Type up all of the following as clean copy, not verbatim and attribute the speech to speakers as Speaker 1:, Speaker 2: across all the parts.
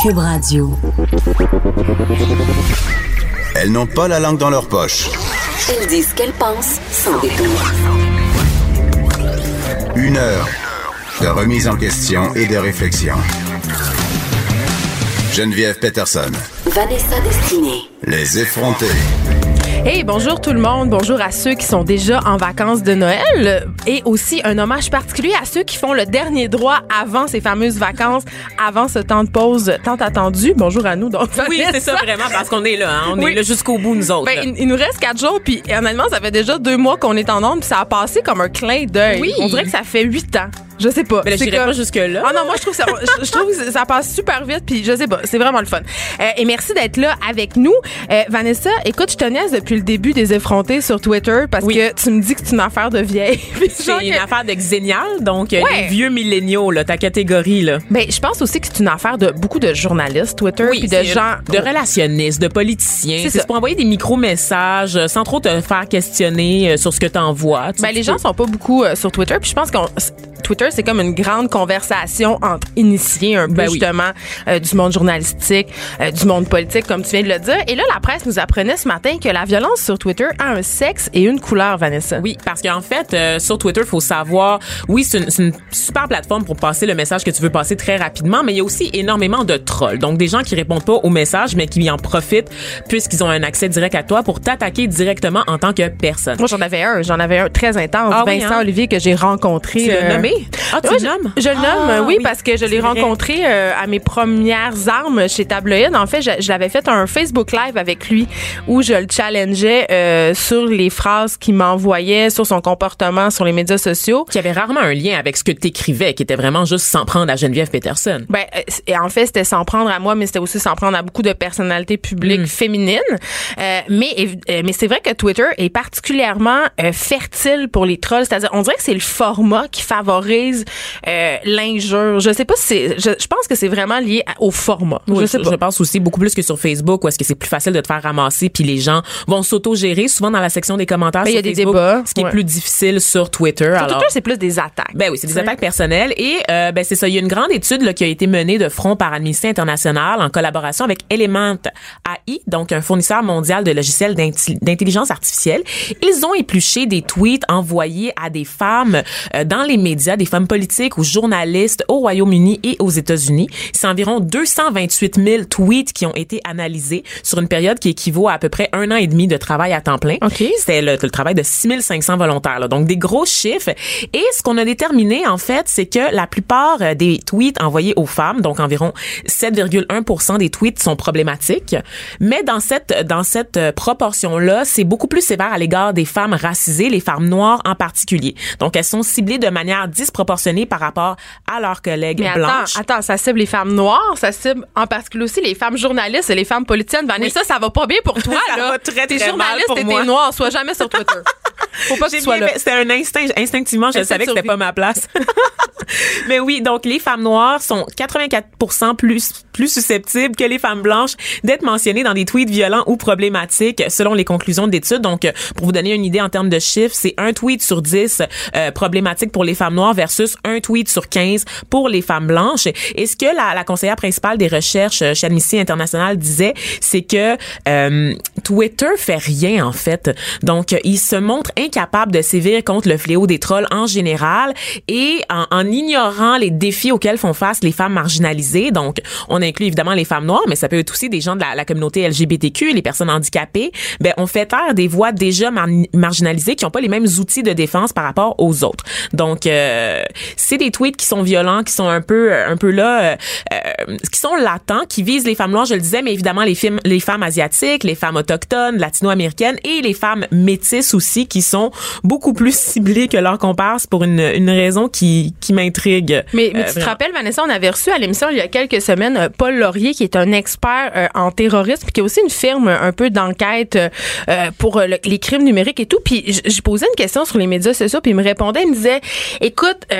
Speaker 1: Cube Radio.
Speaker 2: Elles n'ont pas la langue dans leur poche.
Speaker 1: Elles disent ce qu'elles pensent sans détour.
Speaker 2: 1 heure de remise en question et de réflexion. Geneviève Peterson.
Speaker 1: Vanessa Destinée.
Speaker 2: Les effrontés.
Speaker 3: Hey, bonjour tout le monde. Bonjour à ceux qui sont déjà en vacances de Noël et aussi un hommage particulier à ceux qui font le dernier droit avant ces fameuses vacances, avant ce temps de pause tant attendu. Bonjour à nous. Donc,
Speaker 4: oui, c'est ça vraiment parce qu'on est là. Hein? On est là jusqu'au bout, nous autres.
Speaker 3: Ben, il nous reste 4 jours puis honnêtement, ça fait déjà 2 mois qu'on est en onde puis ça a passé comme un clin d'œil.
Speaker 4: Oui.
Speaker 3: On dirait que ça fait 8 ans. Je sais pas.
Speaker 4: Mais là, j'irais pas jusque-là.
Speaker 3: Ah non, moi, je trouve que ça passe super vite, puis je sais pas, c'est vraiment le fun. Et merci d'être là avec nous. Vanessa, écoute, je te niaise depuis le début des effrontés sur Twitter parce que tu me dis que c'est une affaire de vieille.
Speaker 4: C'est une affaire de xénial, donc les vieux milléniaux, là, ta catégorie, là.
Speaker 3: Ben, je pense aussi que c'est une affaire de beaucoup de journalistes, Twitter, puis de gens...
Speaker 4: De relationnistes, de politiciens. C'est pour envoyer des micro-messages sans trop te faire questionner sur ce que t'envoies.
Speaker 3: Ben, les gens sont pas beaucoup sur Twitter, puis je pense qu'on... Twitter, c'est comme une grande conversation entre initiés un peu justement du monde journalistique, du monde politique, comme tu viens de le dire. Et là, la presse nous apprenait ce matin que la violence sur Twitter a un sexe et une couleur, Vanessa.
Speaker 4: Oui, parce qu'en fait, sur Twitter, il faut savoir, oui, c'est une super plateforme pour passer le message que tu veux passer très rapidement, mais il y a aussi énormément de trolls. Donc, des gens qui répondent pas au message, mais qui en profitent puisqu'ils ont un accès direct à toi pour t'attaquer directement en tant que personne.
Speaker 3: Moi, j'en avais un très intense. Vincent Olivier, que j'ai rencontré.
Speaker 4: Tu l'as nommé? Ah, tu le nommes?
Speaker 3: Je le nomme, oui, parce que je l'ai rencontré à mes premières armes chez Tabloïd. En fait, je l'avais fait un Facebook Live avec lui où je le challengeais sur les phrases qu'il m'envoyait, sur son comportement sur les médias sociaux.
Speaker 4: Qui avait rarement un lien avec ce que t'écrivais, qui était vraiment juste s'en prendre à Geneviève Peterson.
Speaker 3: Ben, et en fait, c'était s'en prendre à moi, mais c'était aussi s'en prendre à beaucoup de personnalités publiques féminines. Mais c'est vrai que Twitter est particulièrement fertile pour les trolls. C'est-à-dire, on dirait que c'est le format qui favorise l'injure. Je sais pas si je pense que c'est vraiment lié au format.
Speaker 4: Oui,
Speaker 3: je sais pas.
Speaker 4: Je pense aussi beaucoup plus que sur Facebook où est-ce que c'est plus facile de te faire ramasser puis les gens vont s'auto-gérer souvent dans la section des commentaires sur Facebook. Il y a des débats. Ce qui est plus difficile sur Twitter.
Speaker 3: Sur Twitter, c'est plus des attaques.
Speaker 4: Ben oui, c'est des attaques personnelles et c'est ça. Il y a une grande étude là, qui a été menée de front par Amnesty International en collaboration avec Element AI, donc un fournisseur mondial de logiciels d'intelligence artificielle. Ils ont épluché des tweets envoyés à des femmes dans les médias, des femmes politiques ou journalistes au Royaume-Uni et aux États-Unis. C'est environ 228 000 tweets qui ont été analysés sur une période qui équivaut à peu près 1 an et demi de travail à temps plein.
Speaker 3: Okay.
Speaker 4: C'était le travail de 6 500 volontaires. Là, donc, des gros chiffres. Et ce qu'on a déterminé, en fait, c'est que la plupart des tweets envoyés aux femmes, donc environ 7,1% des tweets sont problématiques. Mais dans cette proportion-là, c'est beaucoup plus sévère à l'égard des femmes racisées, les femmes noires en particulier. Donc, elles sont ciblées de manière disproportionnée par rapport à leurs collègues blanches.
Speaker 3: Attends, ça cible les femmes noires, ça cible en particulier aussi les femmes journalistes et les femmes politiciennes. Vanessa, ça va pas bien pour toi,
Speaker 4: ça
Speaker 3: là.
Speaker 4: Va très,
Speaker 3: t'es
Speaker 4: très
Speaker 3: journaliste
Speaker 4: mal pour
Speaker 3: et
Speaker 4: moi.
Speaker 3: t'es noire, sois jamais sur Twitter. Faut pas que tu sois là.
Speaker 4: C'était un instinct. Instinctivement, je savais que c'était pas ma place. Mais oui, donc les femmes noires sont 84% plus susceptibles que les femmes blanches d'être mentionnées dans des tweets violents ou problématiques selon les conclusions d'études. Donc, pour vous donner une idée en termes de chiffres, c'est 1 tweet sur 10 problématique pour les femmes noires versus 1 tweet sur 15 pour les femmes blanches. Et ce que la conseillère principale des recherches chez Amnesty International disait, c'est que Twitter fait rien, en fait. Donc, il se montre incapable de sévir contre le fléau des trolls en général et en ignorant les défis auxquels font face les femmes marginalisées. Donc, on inclut évidemment les femmes noires, mais ça peut être aussi des gens de la communauté LGBTQ, les personnes handicapées. Ben, on fait taire des voix déjà marginalisées qui n'ont pas les mêmes outils de défense par rapport aux autres. Donc, c'est des tweets qui sont violents, qui sont un peu là, qui sont latents, qui visent les femmes noires, je le disais, mais évidemment les femmes asiatiques, les femmes autochtones, latino-américaines et les femmes métisses aussi, qui sont beaucoup plus ciblées que leurs comparses pour une raison qui m'intrigue.
Speaker 3: Mais tu te rappelles, Vanessa, on avait reçu à l'émission il y a quelques semaines Paul Laurier, qui est un expert en terrorisme, puis qui a aussi une firme un peu d'enquête pour les crimes numériques et tout. Puis j'ai posé une question sur les médias sociaux, puis il me répondait, il me disait, écoute,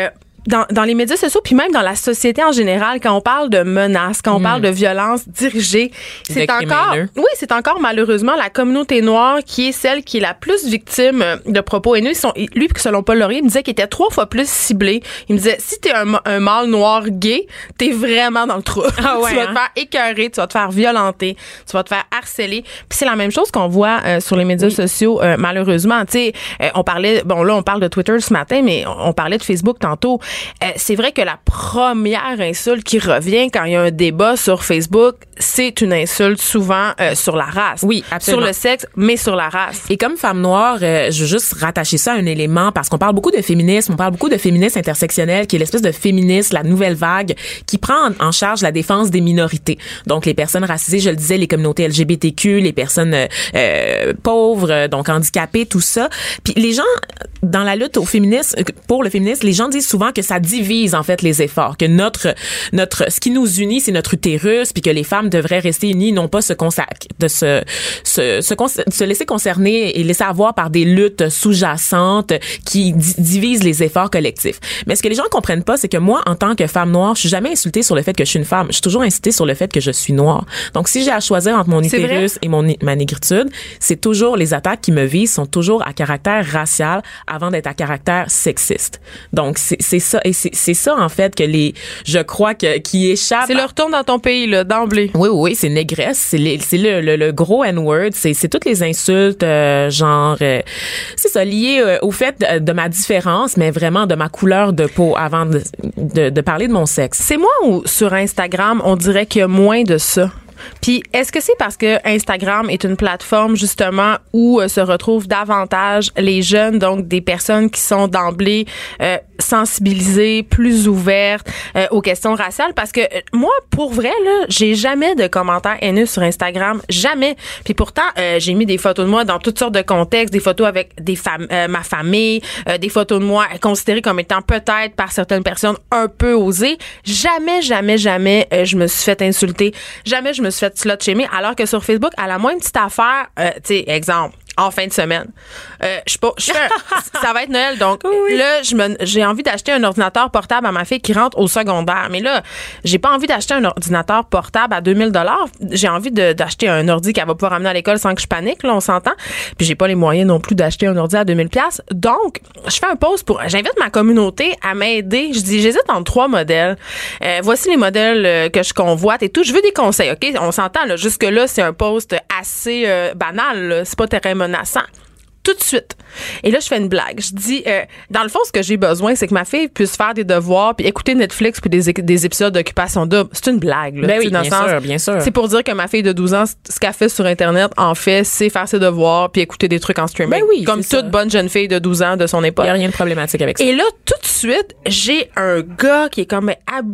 Speaker 3: dans les médias sociaux, puis même dans la société en général, quand on parle de menaces, quand on parle de violence dirigée, c'est encore malheureusement la communauté noire qui est celle qui est la plus victime de propos haineux. Lui, selon Paul Laurier, il me disait qu'il était 3 fois plus ciblé. Il me disait, si t'es un mâle noir gay, t'es vraiment dans le trou.
Speaker 4: Ah ouais,
Speaker 3: tu vas te faire écœurer, tu vas te faire violenter, tu vas te faire harceler. Puis c'est la même chose qu'on voit sur les médias sociaux, malheureusement. Tu sais, on parle de Twitter ce matin, mais on parlait de Facebook tantôt. C'est vrai que la première insulte qui revient quand il y a un débat sur Facebook, c'est une insulte souvent sur la race.
Speaker 4: Oui, absolument.
Speaker 3: Sur le sexe, mais sur la race.
Speaker 4: Et comme femme noire, je veux juste rattacher ça à un élément parce qu'on parle beaucoup de féminisme, on parle beaucoup de féminisme intersectionnel qui est l'espèce de féminisme, la nouvelle vague qui prend en charge la défense des minorités. Donc les personnes racisées, je le disais, les communautés LGBTQ, les personnes pauvres, donc handicapées, tout ça. Puis les gens dans la lutte pour le féminisme, les gens disent souvent que ça divise en fait les efforts, que ce qui nous unit, c'est notre utérus, puis que les femmes devraient rester unies, non pas se laisser concerner et laisser avoir par des luttes sous-jacentes qui divisent les efforts collectifs. Mais ce que les gens comprennent pas, c'est que moi, en tant que femme noire, je suis jamais insultée sur le fait que je suis une femme. Je suis toujours insultée sur le fait que je suis noire. Donc, si j'ai à choisir entre mon utérus et ma négritude, c'est toujours les attaques qui me visent sont toujours à caractère racial avant d'être à caractère sexiste. Donc, c'est ça. Et c'est ça, en fait, je crois qui échappe.
Speaker 3: C'est le retour dans ton pays, là, d'emblée.
Speaker 4: Oui, c'est négresse. C'est le gros N-word. C'est toutes les insultes, c'est ça, lié au fait de ma différence, mais vraiment de ma couleur de peau avant de parler de mon sexe.
Speaker 3: C'est moi ou sur Instagram, on dirait qu'il y a moins de ça? Puis, est-ce que c'est parce que Instagram est une plateforme, justement, où se retrouvent davantage les jeunes, donc des personnes qui sont d'emblée sensibilisées, plus ouvertes aux questions raciales? Parce que moi, pour vrai, là, j'ai jamais de commentaires haineux sur Instagram. Jamais. Puis pourtant, j'ai mis des photos de moi dans toutes sortes de contextes, des photos avec ma famille, des photos de moi considérées comme étant peut-être par certaines personnes un peu osées. Jamais, je me suis fait insulter. Jamais je me suis fait slut-shamer, alors que sur Facebook, à la moindre petite affaire, tu sais, exemple, en fin de semaine. Ça va être Noël, donc là, j'ai envie d'acheter un ordinateur portable à ma fille qui rentre au secondaire. Mais là, j'ai pas envie d'acheter un ordinateur portable à 2000 $. J'ai envie d'acheter un ordi qu'elle va pouvoir amener à l'école sans que je panique, là, on s'entend. Puis j'ai pas les moyens non plus d'acheter un ordi à 2000 $. Donc, je fais un post j'invite ma communauté à m'aider. Je dis, j'hésite entre 3 modèles. Voici les modèles que je convoite et tout. Je veux des conseils, OK? On s'entend, là. Jusque-là, c'est un post assez banal, là. C'est pas très menaçant. Tout de suite. Et là, je fais une blague. Je dis, dans le fond, ce que j'ai besoin, c'est que ma fille puisse faire des devoirs puis écouter Netflix puis des épisodes d'Occupation Double. C'est une blague, là.
Speaker 4: Ben oui, bien sûr.
Speaker 3: C'est pour dire que ma fille de 12 ans, ce qu'elle fait sur Internet, en fait, c'est faire ses devoirs puis écouter des trucs en streaming.
Speaker 4: Ben oui,
Speaker 3: comme toute bonne jeune fille de 12 ans de son époque.
Speaker 4: Il n'y a rien de problématique avec ça.
Speaker 3: Et là, tout de suite, j'ai un gars qui est comme,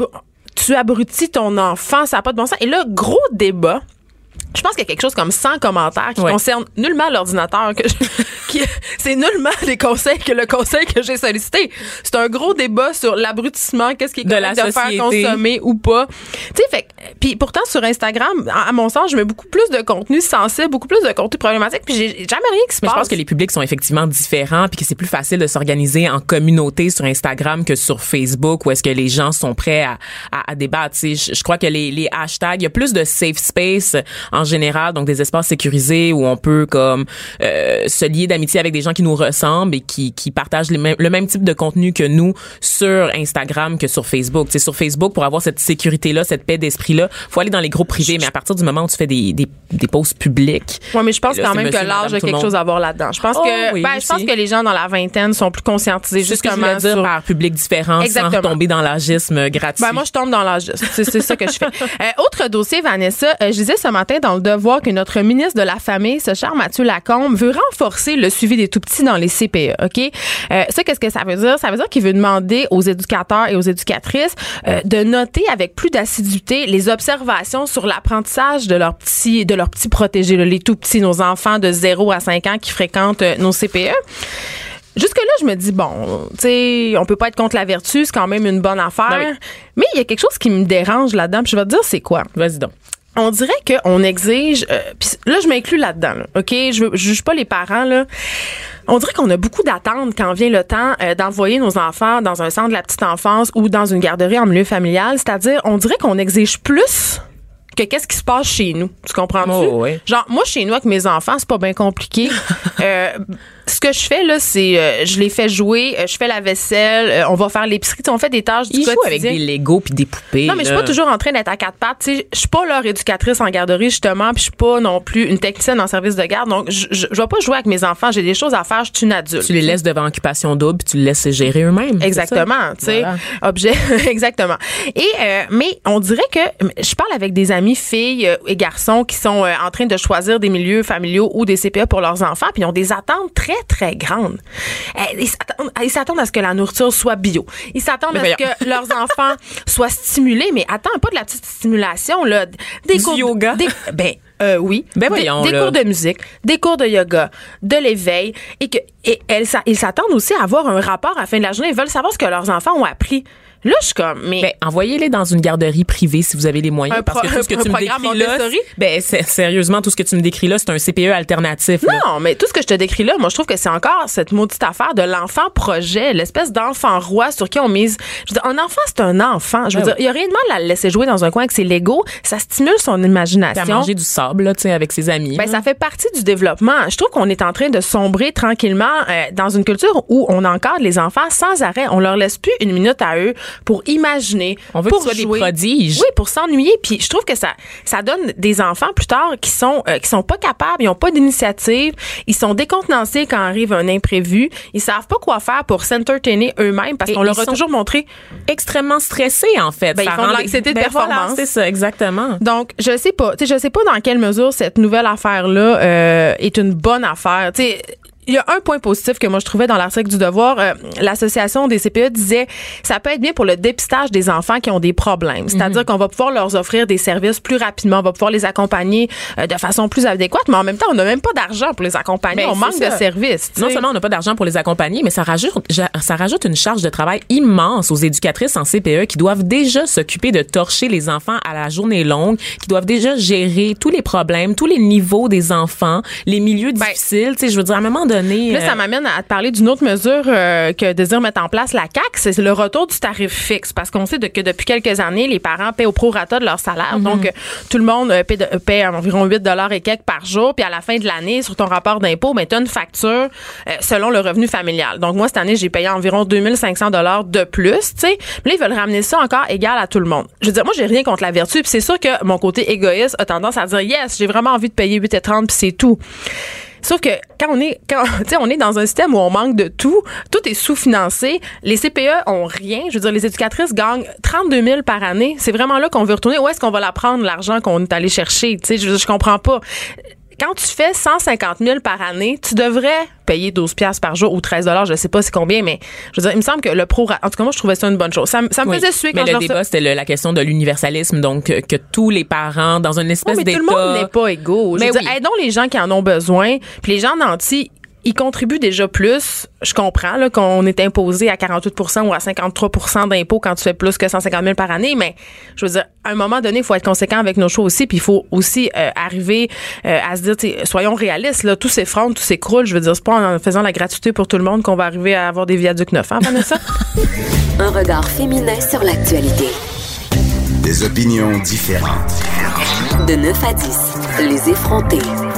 Speaker 3: tu abrutis ton enfant, ça n'a pas de bon sens. Et là, gros débat. Je pense qu'il y a quelque chose comme 100 commentaires qui concernent nullement l'ordinateur c'est nullement le conseil que j'ai sollicité. C'est un gros débat sur l'abrutissement, qu'est-ce qui est correct de faire consommer ou pas. Tu sais, puis pourtant sur Instagram, à mon sens, je mets beaucoup plus de contenu sensible, beaucoup plus de contenu problématique, puis j'ai jamais rien qui se passe.
Speaker 4: Je pense que les publics sont effectivement différents, puis que c'est plus facile de s'organiser en communauté sur Instagram que sur Facebook, où est-ce que les gens sont prêts à débattre. Tu sais, je crois que les hashtags, il y a plus de safe space en général, donc des espaces sécurisés où on peut comme se lier d'amitié avec des gens qui nous ressemblent et qui partagent le même type de contenu que nous sur Instagram que sur Facebook. Tu sais, sur Facebook, pour avoir cette sécurité-là, cette paix d'esprit-là, faut aller dans les groupes privés, mais à partir du moment où tu fais des posts publics.
Speaker 3: Ouais, mais je pense quand même que l'âge a quelque chose à voir là-dedans. Je pense je pense que les gens dans la vingtaine sont plus conscientisés justement
Speaker 4: ce que je veux dire par public différent sans tomber dans l'agisme gratuit.
Speaker 3: Moi, je tombe dans l'agisme. C'est ça que je fais. Autre dossier, Vanessa, je disais ce matin dans Le Devoir que notre ministre de la Famille, ce cher Mathieu Lacombe, veut renforcer le suivi des tout-petits dans les CPE, OK? Ça, qu'est-ce que ça veut dire? Ça veut dire qu'il veut demander aux éducateurs et aux éducatrices de noter avec plus d'assiduité les observations sur l'apprentissage de leurs petits protégés, là, les tout-petits, nos enfants de 0 à 5 ans qui fréquentent nos CPE. Jusque-là, je me dis, bon, tu sais, on peut pas être contre la vertu, c'est quand même une bonne affaire. Oui. Mais il y a quelque chose qui me dérange là-dedans, puis je vais te dire c'est quoi.
Speaker 4: Vas-y donc.
Speaker 3: On dirait qu'on exige, puis là, je m'inclus là-dedans, là, OK? Je juge pas les parents, là. On dirait qu'on a beaucoup d'attentes quand vient le temps d'envoyer nos enfants dans un centre de la petite enfance ou dans une garderie en milieu familial. C'est-à-dire, on dirait qu'on exige plus que qu'est-ce qui se passe chez nous. Tu comprends-tu?
Speaker 4: Oh, oui.
Speaker 3: Genre, moi, chez nous, avec mes enfants, c'est pas bien compliqué. Ce que je fais, là, c'est je les fais jouer, je fais la vaisselle, on va faire l'épicerie, on fait des tâches du quotidien.
Speaker 4: Ils jouent avec des Legos puis des poupées.
Speaker 3: Non, mais je suis pas toujours en train d'être à quatre pattes. Je suis pas leur éducatrice en garderie, justement, puis je suis pas non plus une technicienne en service de garde. Donc, je vais pas jouer avec mes enfants. J'ai des choses à faire. Je suis une adulte.
Speaker 4: Tu les laisses devant occupation double puis tu les laisses gérer eux-mêmes.
Speaker 3: Exactement. Tu sais,
Speaker 4: voilà.
Speaker 3: Objet. Exactement. Et, mais on dirait que je parle avec des amis filles et garçons qui sont en train de choisir des milieux familiaux ou des CPE pour leurs enfants, puis ils ont des attentes très, très grandes. Ils s'attendent à ce que la nourriture soit bio. Ils s'attendent à ce que leurs enfants soient stimulés. Mais attends, pas de la petite stimulation, là. Des
Speaker 4: du
Speaker 3: cours,
Speaker 4: yoga?
Speaker 3: Oui.
Speaker 4: Ben voyons,
Speaker 3: des cours de musique, des cours de yoga, de l'éveil. Et ils s'attendent aussi à avoir un rapport à la fin de la journée. Ils veulent savoir ce que leurs enfants ont appris. Là, je suis comme, mais.
Speaker 4: Envoyez-les dans une garderie privée si vous avez les moyens. Parce que tout ce que tu me décris là. Sérieusement, tout ce que tu me décris là, c'est un CPE alternatif. Là.
Speaker 3: Non, mais tout ce que je te décris là, moi, je trouve que c'est encore cette maudite affaire de l'enfant projet, l'espèce d'enfant roi sur qui on mise. Je veux dire, un enfant, c'est un enfant. Je veux dire, il y a rien de mal à le laisser jouer dans un coin avec ses Legos. Ça stimule son imagination.
Speaker 4: À manger du sable, là, tu sais, avec ses amis.
Speaker 3: Ça fait partie du développement. Je trouve qu'on est en train de sombrer tranquillement dans une culture où on encadre les enfants sans arrêt. On leur laisse plus une minute à eux pour imaginer.
Speaker 4: On veut qu'ils soient des prodiges.
Speaker 3: Oui, pour s'ennuyer. Puis je trouve que ça donne des enfants plus tard qui sont pas capables, ils ont pas d'initiative, ils sont décontenancés quand arrive un imprévu, ils savent pas quoi faire pour s'entertainer eux-mêmes parce qu'on leur a toujours montré
Speaker 4: extrêmement stressés en fait.
Speaker 3: Ils font de l'anxiété de performance.
Speaker 4: Voilà, c'est ça, exactement.
Speaker 3: Donc je sais pas dans quelle mesure cette nouvelle affaire là est une bonne affaire. Tu sais, il y a un point positif que moi je trouvais dans l'article du Devoir. L'association des CPE disait ça peut être bien pour le dépistage des enfants qui ont des problèmes. C'est-à-dire qu'on va pouvoir leur offrir des services plus rapidement, on va pouvoir les accompagner de façon plus adéquate, mais en même temps, on n'a même pas d'argent pour les accompagner. On manque de services.
Speaker 4: Non seulement on n'a pas d'argent pour les accompagner, mais ça rajoute une charge de travail immense aux éducatrices en CPE qui doivent déjà s'occuper de torcher les enfants à la journée longue, qui doivent déjà gérer tous les problèmes, tous les niveaux des enfants, les milieux difficiles. Tu sais, je veux dire, à un moment donné,
Speaker 3: là, ça m'amène à te parler d'une autre mesure que désire mettre en place la CAQ, c'est le retour du tarif fixe. Parce qu'on sait que depuis quelques années, les parents paient au prorata de leur salaire. Donc, tout le monde paie environ 8 $ et quelques par jour. Puis à la fin de l'année, sur ton rapport d'impôt, tu as une facture selon le revenu familial. Donc, moi, cette année, j'ai payé environ 2500 $ de plus. T'sais. Là, ils veulent ramener ça encore égal à tout le monde. Je veux dire, moi, j'ai rien contre la vertu. Puis c'est sûr que mon côté égoïste a tendance à dire, yes, j'ai vraiment envie de payer 8,30 puis c'est tout. Sauf que quand on est dans un système où on manque de tout est sous-financé, les CPE ont rien. Je veux dire, les éducatrices gagnent 32 000 par année. C'est vraiment là qu'on veut retourner. Où est-ce qu'on va la prendre, l'argent qu'on est allé chercher? Tu sais, je comprends pas. Quand tu fais 150 000 par année, tu devrais payer 12 $ par jour ou 13 $, je sais pas c'est combien, mais je veux dire, il me semble que le pro, en tout cas moi je trouvais ça une bonne chose. Ça me faisait suer quand
Speaker 4: mais le débat c'était la question de l'universalisme, donc que tous les parents dans une espèce d'état.
Speaker 3: Tout le monde n'est pas égaux. Je veux dire, aidons les gens qui en ont besoin, puis les gens nantis, ils contribuent déjà plus. Je comprends là, qu'on est imposé à 48 % ou à 53 % d'impôts quand tu fais plus que 150 000 par année, mais je veux dire, à un moment donné, il faut être conséquent avec nos choix aussi, puis il faut aussi arriver à se dire, soyons réalistes, là, tout s'effondre, tout s'écroule. Je veux dire, c'est pas en faisant la gratuité pour tout le monde qu'on va arriver à avoir des viaducs neufs, hein, Vanessa?
Speaker 1: Un regard féminin sur l'actualité.
Speaker 2: Des opinions différentes.
Speaker 1: De 9 à 10, les effrontés.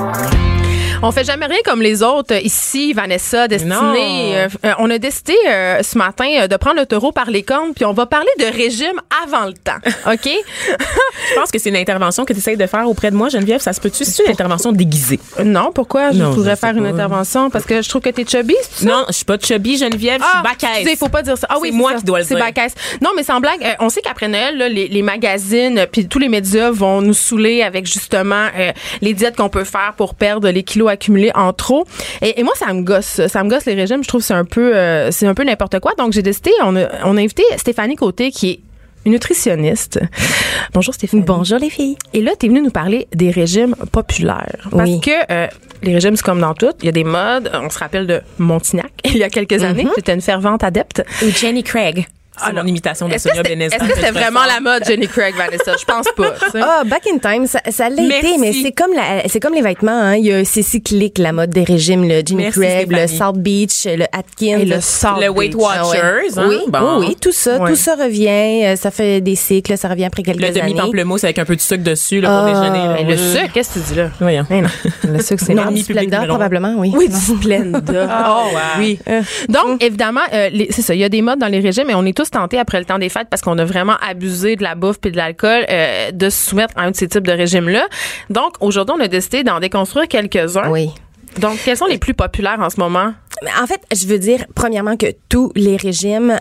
Speaker 3: On fait jamais rien comme les autres ici, Vanessa, Destinée. On a décidé ce matin de prendre le taureau par les cornes, puis on va parler de régime avant le temps, OK?
Speaker 4: Je pense que c'est une intervention que tu essayes de faire auprès de moi, Geneviève. Ça se peut-tu? C'est une intervention déguisée?
Speaker 3: Non, pourquoi? Je voudrais faire une intervention parce que je trouve que t'es chubby, c'est ça?
Speaker 4: Non, je suis pas chubby, Geneviève, je suis bacaisse.
Speaker 3: Il faut pas dire ça. Ah oui,
Speaker 4: c'est moi qui dois le dire.
Speaker 3: C'est bacaisse. Non, mais sans blague, on sait qu'après Noël, là, les magazines puis tous les médias vont nous saouler avec justement les diètes qu'on peut faire pour perdre les kilos accumulés en trop. Et moi, ça me gosse les régimes. Je trouve que c'est un peu n'importe quoi. Donc, j'ai décidé, on a invité Stéphanie Côté, qui est une nutritionniste. Bonjour Stéphanie.
Speaker 5: Bonjour les filles.
Speaker 3: Et là, t'es venue nous parler des régimes populaires. Parce que les régimes, c'est comme dans tout. Il y a des modes. On se rappelle de Montignac il y a quelques années. J'étais une fervente adepte.
Speaker 5: Ou Jenny Craig.
Speaker 4: C'est mon imitation de Sonia Benezra.
Speaker 3: Est-ce que c'était vraiment la mode Jenny Craig, Vanessa? Je pense pas.
Speaker 5: Back in time, ça l'a été, mais c'est comme les vêtements, hein. C'est cyclique, la mode des régimes, le Jenny Craig, le South Beach, le Atkins.
Speaker 3: Et le
Speaker 4: Weight Watchers.
Speaker 5: Oui, oui, tout ça revient. Ça fait des cycles, ça revient après quelques années.
Speaker 4: Le demi-pamplemousse avec un peu de sucre dessus, là, pour déjeuner.
Speaker 3: Le sucre, qu'est-ce que tu dis là?
Speaker 4: Voyons.
Speaker 3: Le sucre, c'est
Speaker 5: du Splenda, probablement, oui.
Speaker 3: Oui, du Splenda. Oui. Donc, évidemment, c'est ça, il y a des modes dans les régimes, et on est tous tentés après le temps des fêtes parce qu'on a vraiment abusé de la bouffe puis de l'alcool de se soumettre à un de ces types de régimes-là. Donc, aujourd'hui, on a décidé d'en déconstruire quelques-uns.
Speaker 5: Oui.
Speaker 3: Donc, quels sont les plus populaires en ce moment?
Speaker 5: En fait, je veux dire, premièrement, que tous les régimes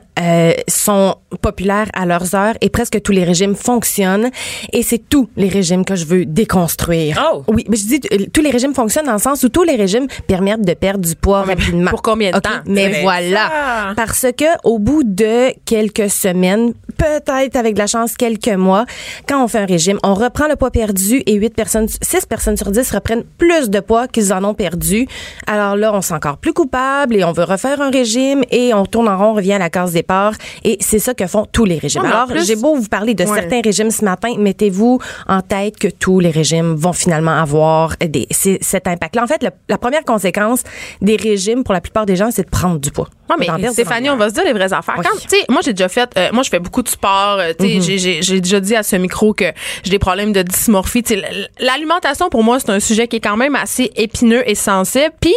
Speaker 5: sont populaires à leurs heures et presque tous les régimes fonctionnent. Et c'est tous les régimes que je veux déconstruire.
Speaker 4: Oh!
Speaker 5: Oui, mais je dis tous les régimes fonctionnent dans le sens où tous les régimes permettent de perdre du poids rapidement.
Speaker 3: Pour combien de temps?
Speaker 5: Mais voilà. Parce que au bout de quelques semaines, peut-être avec de la chance quelques mois, quand on fait un régime, on reprend le poids perdu et 6 personnes sur 10 reprennent plus de poids qu'ils en ont perdu. Alors là, on se sent encore plus coupable et on veut refaire un régime et on tourne en rond, on revient à la case départ, et c'est ça que font tous les régimes. Alors, j'ai beau vous parler de certains régimes ce matin, mettez-vous en tête que tous les régimes vont finalement avoir cet impact-là. En fait, la première conséquence des régimes pour la plupart des gens, c'est de prendre du poids.
Speaker 3: Non, mais Stéphanie, on va se dire les vraies affaires.
Speaker 5: Oui.
Speaker 3: Quand, tu sais, moi, j'ai déjà fait, moi, je fais beaucoup de sport. Tu sais, j'ai déjà dit à ce micro que j'ai des problèmes de dysmorphie. Tu sais, l'alimentation, pour moi, c'est un sujet qui est quand même assez épineux et sensible. Puis,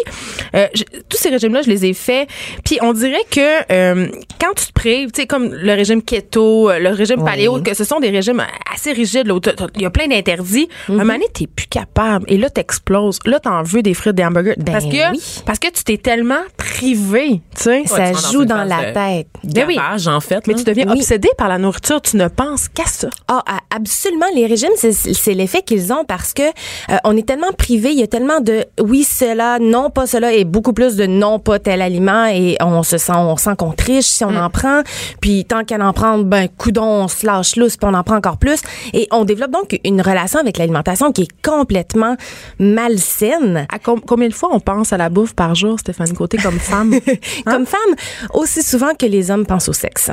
Speaker 3: tous ces régimes-là, je les ai faits. Puis, on dirait que quand tu te prives, tu sais, comme le régime keto, le régime paléo, que ce sont des régimes assez rigides, là, il y a plein d'interdits. À un moment donné, t'es plus capable. Et là, t'exploses. Là, t'en veux des frites, des hamburgers. Parce que tu t'es tellement privé, tu sais.
Speaker 5: Ça joue dans la tête.
Speaker 4: Gavage, en fait.
Speaker 3: Mais tu deviens obsédé par la nourriture. Tu ne penses qu'à ça.
Speaker 5: Ah, absolument. Les régimes, c'est l'effet qu'ils ont parce que on est tellement privé. Il y a tellement de oui, cela, non, pas cela, et beaucoup plus de non, pas tel aliment, et on sent qu'on triche si on en prend. Puis tant qu'à en prendre, ben, coudon, on se lâche lousse, puis on en prend encore plus. Et on développe donc une relation avec l'alimentation qui est complètement malsaine.
Speaker 3: À combien de fois on pense à la bouffe par jour, Stéphanie Côté, comme femme?
Speaker 5: Comme femme, aussi souvent que les hommes pensent au sexe.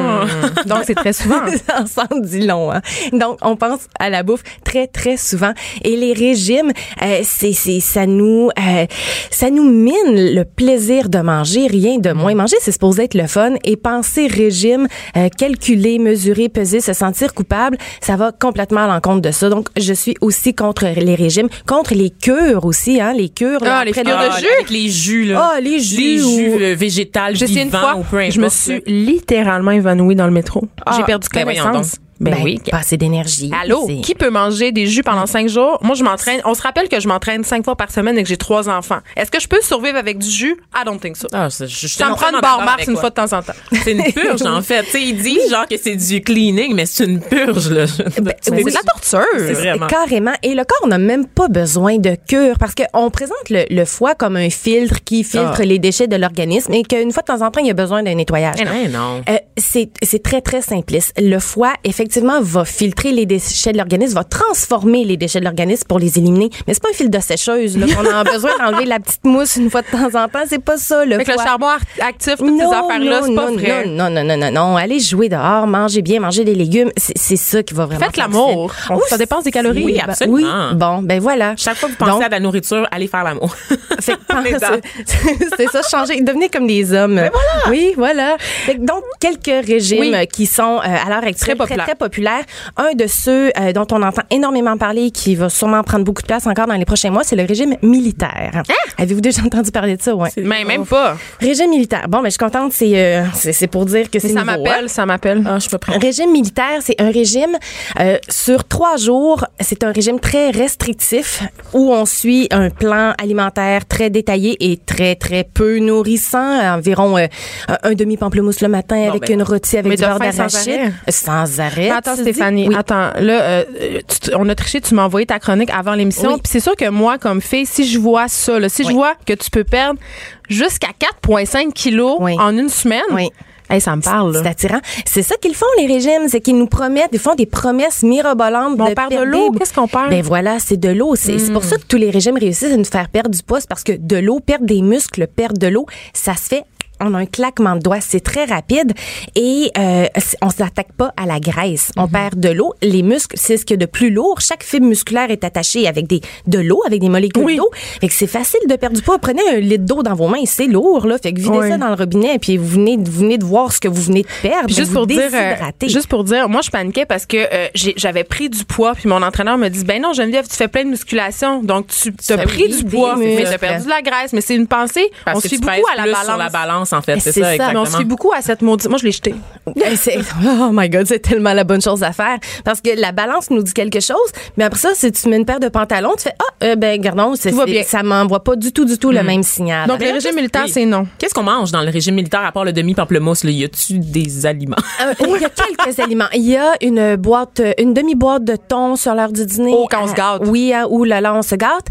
Speaker 3: Donc, c'est très souvent.
Speaker 5: Ça s'en dit long, hein? Donc, on pense à la bouffe très, très souvent. Et les régimes, ça nous mine le plaisir de manger, rien de moins. Manger, c'est supposé être le fun. Et penser régime, calculer, mesurer, peser, se sentir coupable, ça va complètement à l'encontre de ça. Donc, je suis aussi contre les régimes, contre les cures aussi, hein? Les cures.
Speaker 3: Les cures de jus.
Speaker 4: Avec les jus, là.
Speaker 5: Ah, les jus
Speaker 4: végétal,
Speaker 3: je sais, une fois,
Speaker 4: ou peu importe,
Speaker 3: je me suis littéralement évanouie dans le métro. J'ai perdu connaissance.
Speaker 5: Ben oui, pas assez d'énergie.
Speaker 3: Allô, qui peut manger des jus pendant 5 jours? Moi, je m'entraîne. On se rappelle que je m'entraîne 5 fois par semaine et que j'ai 3 enfants. Est-ce que je peux survivre avec du jus? I don't think so.
Speaker 4: Ça
Speaker 3: me prend une barre Mars une fois de temps en temps.
Speaker 4: C'est une purge, en fait. Tu sais, ils disent genre que c'est du cleaning, mais c'est une purge, là.
Speaker 3: C'est de la torture.
Speaker 5: C'est vraiment. Carrément. Et le corps n'a même pas besoin de cure parce qu'on présente le foie comme un filtre qui filtre les déchets de l'organisme et qu'une fois de temps en temps, il y a besoin d'un nettoyage.
Speaker 4: Non.
Speaker 5: C'est très, très simpliste. Le foie, effectivement, va filtrer les déchets de l'organisme, va transformer les déchets de l'organisme pour les éliminer. Mais c'est pas un fil de sécheuse, là, qu'on a besoin d'enlever la petite mousse une fois de temps en temps. C'est pas ça, le foie.
Speaker 3: Avec le charbon actif, toutes ces affaires-là, c'est pas vrai.
Speaker 5: Non. Allez jouer dehors, manger bien, manger des légumes. C'est ça qui va vraiment.
Speaker 3: Faites l'amour. Ça dépense des calories.
Speaker 4: Oui, absolument.
Speaker 5: Oui. Bon, ben voilà.
Speaker 4: Chaque fois que vous pensez à de la nourriture, allez faire l'amour.
Speaker 5: C'est ça, changer, devenez comme des hommes.
Speaker 4: Ben voilà.
Speaker 5: Oui, voilà. Donc, quelques régimes qui sont à l'heure actuelle très populaires. Un de ceux dont on entend énormément parler, qui va sûrement prendre beaucoup de place encore dans les prochains mois, c'est le régime militaire. Avez-vous déjà entendu parler de ça? Ouais.
Speaker 3: Mais même pas.
Speaker 5: Régime militaire. Bon, mais je suis contente, c'est pour dire que c'est nouveau.
Speaker 3: Ça m'appelle.
Speaker 4: Je suis pas prête.
Speaker 5: Régime militaire, c'est un régime sur 3 jours. C'est un régime très restrictif où on suit un plan alimentaire très détaillé et très, très peu nourrissant. Environ un demi-pamplemousse le matin avec une rôtie avec du beurre d'arachide. Sans arrêt.
Speaker 3: Attends, Stéphanie. Oui. Attends, là, on a triché, tu m'as envoyé ta chronique avant l'émission.
Speaker 5: Oui.
Speaker 3: Puis c'est sûr que moi, comme fille, si je vois ça, là, je vois que tu peux perdre jusqu'à 4,5 kilos en une semaine.
Speaker 5: Oui.
Speaker 3: Hey, ça me parle, là.
Speaker 5: C'est attirant. C'est ça qu'ils font, les régimes. C'est qu'ils nous promettent, ils font des promesses mirobolantes.
Speaker 3: On perd de l'eau. Qu'est-ce qu'on perd?
Speaker 5: Ben voilà, c'est de l'eau. C'est pour ça que tous les régimes réussissent à nous faire perdre du poids. C'est parce que de l'eau, perdre des muscles, perdre de l'eau, ça se fait en un claquement de doigts. C'est très rapide et on s'attaque pas à la graisse. On perd de l'eau. Les muscles, c'est ce qu'il y a de plus lourd. Chaque fibre musculaire est attachée avec de l'eau, avec des molécules d'eau. Fait que c'est facile de perdre du poids. Prenez un litre d'eau dans vos mains, c'est lourd, là. Fait que videz ça dans le robinet et puis vous venez de voir ce que vous venez de perdre.
Speaker 3: Puis juste pour dire, moi, je paniquais parce que j'avais pris du poids puis mon entraîneur me dit, ben non, Geneviève, tu fais plein de musculation, donc tu as pris du poids, mais tu as perdu de la graisse. Mais c'est une pensée.
Speaker 4: Parce
Speaker 3: on
Speaker 4: que
Speaker 3: se fie
Speaker 4: tu
Speaker 3: beaucoup à la
Speaker 4: plus
Speaker 3: balance.
Speaker 4: Sur la balance, en fait. C'est ça,
Speaker 3: exactement. Mais on se fie beaucoup à cette maudite. Moi, je l'ai jeté.
Speaker 5: Oh my God, c'est tellement la bonne chose à faire. Parce que la balance nous dit quelque chose, mais après ça, si tu mets une paire de pantalons, tu fais, gardons, ça m'envoie pas du tout le même signal.
Speaker 3: Donc, le régime militaire, c'est non.
Speaker 4: Qu'est-ce qu'on mange dans le régime militaire à part le demi-pamplemousse? Là, y a-tu des aliments?
Speaker 5: Il y a quelques aliments. Il y a une demi-boîte de thon sur l'heure du dîner.
Speaker 3: Oh, quand on se gâte.
Speaker 5: Oui, ou là, on se gâte.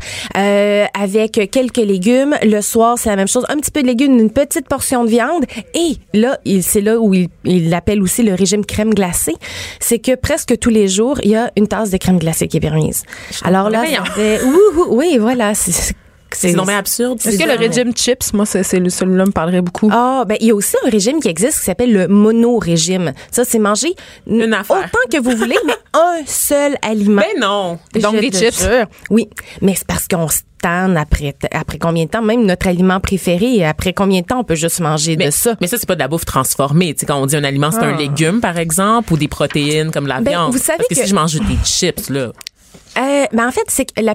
Speaker 5: Avec quelques légumes. Le soir, c'est la même chose. Un petit peu de légumes, une petite portion de viande. Et là, c'est là où il l'appelle aussi le régime crème glacée. C'est que presque tous les jours, il y a une tasse de crème glacée qui est permise. Alors là, ça fait, oui, voilà,
Speaker 4: c'est non mais absurde.
Speaker 3: Est-ce que le régime chips, moi, celui-là me parlerait beaucoup.
Speaker 5: Il y a aussi un régime qui existe qui s'appelle le mono-régime. Ça, c'est manger
Speaker 4: une affaire.
Speaker 5: Autant que vous voulez, mais un seul aliment.
Speaker 4: Ben non.
Speaker 3: Donc des chips.
Speaker 5: Oui, mais c'est parce qu'on se tanne après combien de temps, même notre aliment préféré, après combien de temps on peut juste manger de ça.
Speaker 4: Mais ça, c'est pas de la bouffe transformée. Tu sais, quand on dit un aliment, c'est un légume, par exemple, ou des protéines comme la viande.
Speaker 5: Vous savez
Speaker 4: parce que si je mange des chips, là.
Speaker 5: En fait, c'est que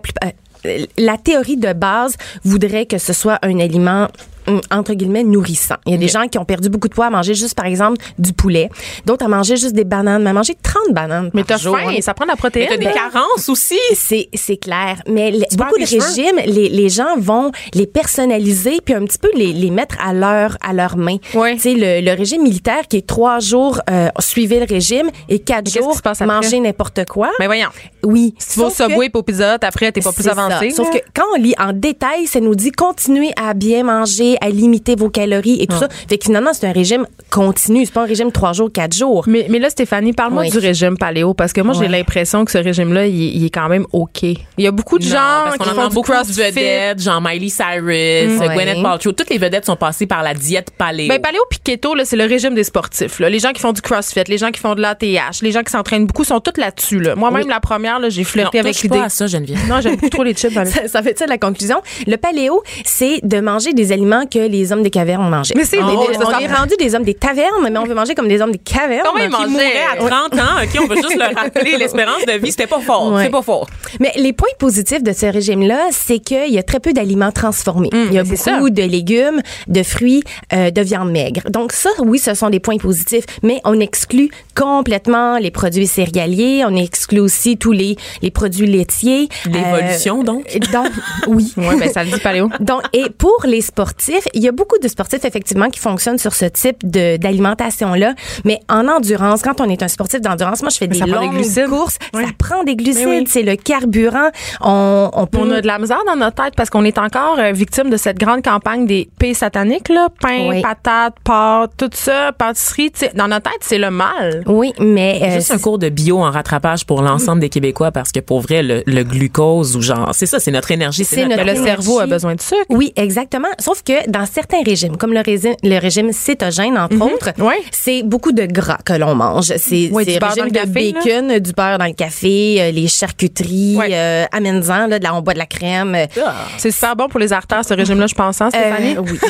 Speaker 5: la théorie de base voudrait que ce soit un aliment entre guillemets nourrissant. Il y a des gens qui ont perdu beaucoup de poids à manger juste, par exemple, du poulet. D'autres à manger juste des bananes. Mais à manger 30 bananes
Speaker 3: mais
Speaker 5: par jour.
Speaker 3: Mais t'as faim, ça prend de la protéine.
Speaker 4: Mais t'as des carences aussi.
Speaker 5: C'est clair. Mais beaucoup de régimes, les gens vont les personnaliser puis un petit peu les mettre à leur main.
Speaker 3: Oui.
Speaker 5: Tu sais, le régime militaire qui est 3 jours suivez le régime et 4 jours manger n'importe quoi.
Speaker 3: Mais voyons.
Speaker 5: Oui.
Speaker 3: Si tu vas au Subway pour Pizza, après, t'es pas plus avancé.
Speaker 5: Sauf que quand on lit en détail, ça nous dit continuez à bien manger, à limiter vos calories et tout ça. Fait que finalement, c'est un régime continu. C'est pas un régime 3 jours, 4 jours.
Speaker 3: Mais là, Stéphanie, parle-moi du régime paléo parce que moi, j'ai l'impression que ce régime-là, il est quand même OK. Il y a beaucoup de gens qui font du CrossFit.
Speaker 4: De vedettes, genre Miley Cyrus, Gwyneth Paltrow. Toutes les vedettes sont passées par la diète paléo.
Speaker 3: Ben, paléo puis keto, là, c'est le régime des sportifs. Là. Les gens qui font du CrossFit, les gens qui font de l'ATH, les gens qui s'entraînent beaucoup sont toutes là-dessus. Là. Moi-même, la première, là, j'ai flirté avec l'idée.
Speaker 4: Non, touche pas à ça, Geneviève.
Speaker 3: Non, j'aime beaucoup trop les chips.
Speaker 5: Ça fait ça la conclusion. Le paléo, c'est de manger des aliments que les hommes des cavernes mangeaient.
Speaker 3: Mais c'est
Speaker 5: on est rendu des hommes des tavernes, mais on veut manger comme des hommes des cavernes.
Speaker 3: Comment ils
Speaker 4: mouraient à 30 ans? OK, on veut juste le rappeler. L'espérance de vie, c'était pas fort.
Speaker 5: Ouais.
Speaker 4: C'est pas fort.
Speaker 5: Mais les points positifs de ce régime-là, c'est qu'il y a très peu d'aliments transformés. Il y a beaucoup de légumes, de fruits, de viande maigre. Donc ça, oui, ce sont des points positifs, mais on exclut complètement les produits céréaliers, on exclut aussi tous les produits laitiers.
Speaker 4: L'évolution, donc?
Speaker 5: Oui.
Speaker 3: Oui, ben ça le dit paléo.
Speaker 5: Donc, et pour les sportifs, il y a beaucoup de sportifs, effectivement, qui fonctionnent sur ce type d'alimentation-là. Mais en endurance, quand on est un sportif d'endurance, moi, je fais des longues courses. Oui. Ça prend des glucides. Oui. C'est le carburant. On
Speaker 3: a de la misère dans notre tête parce qu'on est encore victime de cette grande campagne des pays sataniques, là. Pain, patates, pâtes, tout ça, pâtisserie. T'sais, dans notre tête, c'est le mal.
Speaker 5: Oui, mais...
Speaker 4: juste un cours de bio en rattrapage pour l'ensemble des Québécois parce que pour vrai, le glucose ou genre, c'est ça, c'est notre énergie.
Speaker 3: Le cerveau a besoin de sucre.
Speaker 5: Oui, exactement. Sauf que dans certains régimes, comme le régime cétogène, entre autres, c'est beaucoup de gras que l'on mange. C'est
Speaker 3: du beurre
Speaker 5: régime
Speaker 3: dans le café,
Speaker 5: bacon, là. Du beurre dans le café, les charcuteries, amène-en, là, on boit de la crème.
Speaker 3: C'est super bon pour les artères, ce régime-là, je pense, hein, Stéphanie?
Speaker 5: Oui.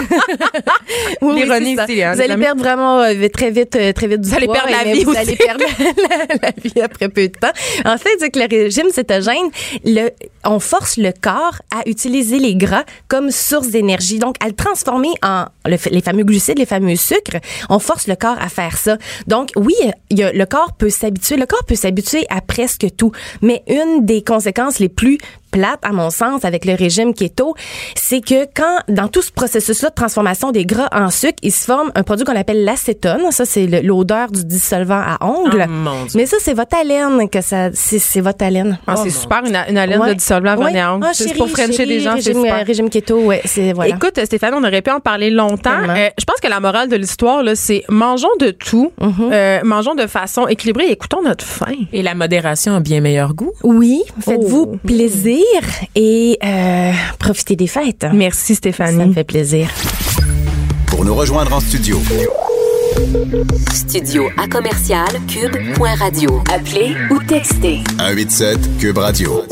Speaker 3: L'ironie ici, hein,
Speaker 5: vous allez perdre vraiment très vite du
Speaker 3: allez
Speaker 5: poids.
Speaker 3: Perdre la vie
Speaker 5: vous allez perdre la vie après peu de temps. En fait, c'est que le régime cétogène, on force le corps à utiliser les gras comme source d'énergie. Donc, à le transformer en les fameux glucides, les fameux sucres. On force le corps à faire ça. Donc, oui, le corps peut s'habituer. Le corps peut s'habituer à presque tout. Mais une des conséquences les plus plates, à mon sens, avec le régime keto, c'est que dans tout ce processus-là de transformation des gras en sucre, il se forme un produit qu'on appelle l'acétone. Ça, c'est l'odeur du dissolvant à ongles.
Speaker 4: Oh, mon Dieu.
Speaker 5: Mais ça, c'est votre haleine c'est votre haleine.
Speaker 3: C'est super, une haleine de dissolvant à ongles. C'est pour frencher des gens, c'est super.
Speaker 5: Régime keto, voilà.
Speaker 3: Écoute, Stéphane, on aurait pu en parler longtemps. Je pense que la morale de l'histoire, là, c'est mangeons de tout, mangeons de façon équilibrée et écoutons notre faim.
Speaker 4: Et la modération a bien meilleur goût.
Speaker 5: Oui, faites-vous plaisir et profitez des fêtes.
Speaker 3: Merci, Stéphanie.
Speaker 5: Ça me fait plaisir.
Speaker 2: Pour Pour nous rejoindre en studio.
Speaker 1: Studio à commercial cube.radio. Appelez ou textez.
Speaker 2: 187 Cube Radio.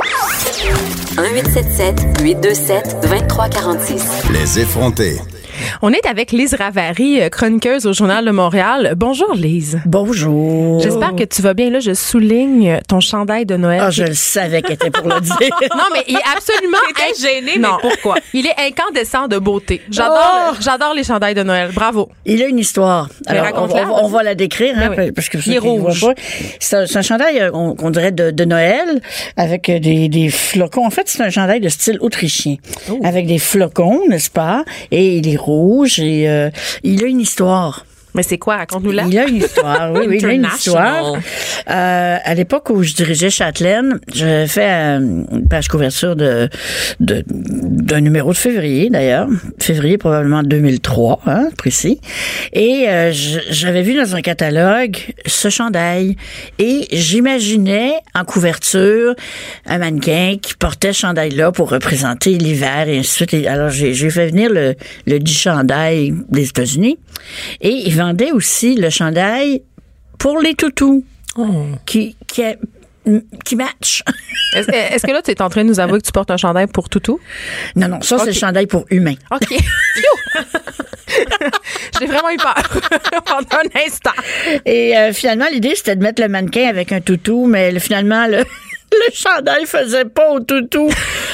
Speaker 1: 1877-827-2346.
Speaker 2: Les effrontés.
Speaker 3: On est avec Lise Ravary, chroniqueuse au Journal de Montréal. Bonjour Lise.
Speaker 6: Bonjour.
Speaker 3: J'espère que tu vas bien. Là, je souligne ton chandail de Noël.
Speaker 6: Ah, je le savais qu'elle était pour le dire.
Speaker 3: Non, mais il est absolument
Speaker 4: gêné,
Speaker 3: non.
Speaker 4: mais pourquoi?
Speaker 3: Il est incandescent de beauté. J'adore les chandails de Noël. Bravo.
Speaker 6: Il a une histoire. Alors, on va la décrire, hein,
Speaker 3: oui.
Speaker 6: parce que
Speaker 3: il est rouge.
Speaker 6: C'est un chandail qu'on dirait de Noël avec des flocons. En fait, c'est un chandail de style autrichien avec des flocons, n'est-ce pas? Et il est rouge et il a une histoire.
Speaker 3: Mais c'est quoi? Raconte-nous-la.
Speaker 6: Il a une histoire, oui, il a une histoire. À l'époque où je dirigeais Châtelaine, j'avais fait une page couverture d'un numéro de février, d'ailleurs. Février, probablement 2003, hein, précis. Et j'avais vu dans un catalogue ce chandail. Et j'imaginais en couverture un mannequin qui portait ce chandail-là pour représenter l'hiver et ainsi de suite. Et alors, j'ai fait venir le dit chandail des États-Unis. Et il vendait aussi le chandail pour les toutous qui match.
Speaker 3: Est-ce que là, tu es en train de nous avouer que tu portes un chandail pour toutou?
Speaker 6: Non, ça, c'est le chandail pour humain.
Speaker 3: OK. J'ai vraiment eu peur pendant un instant.
Speaker 6: Et finalement, l'idée, c'était de mettre le mannequin avec un toutou, mais finalement, le chandail faisait pas au toutou.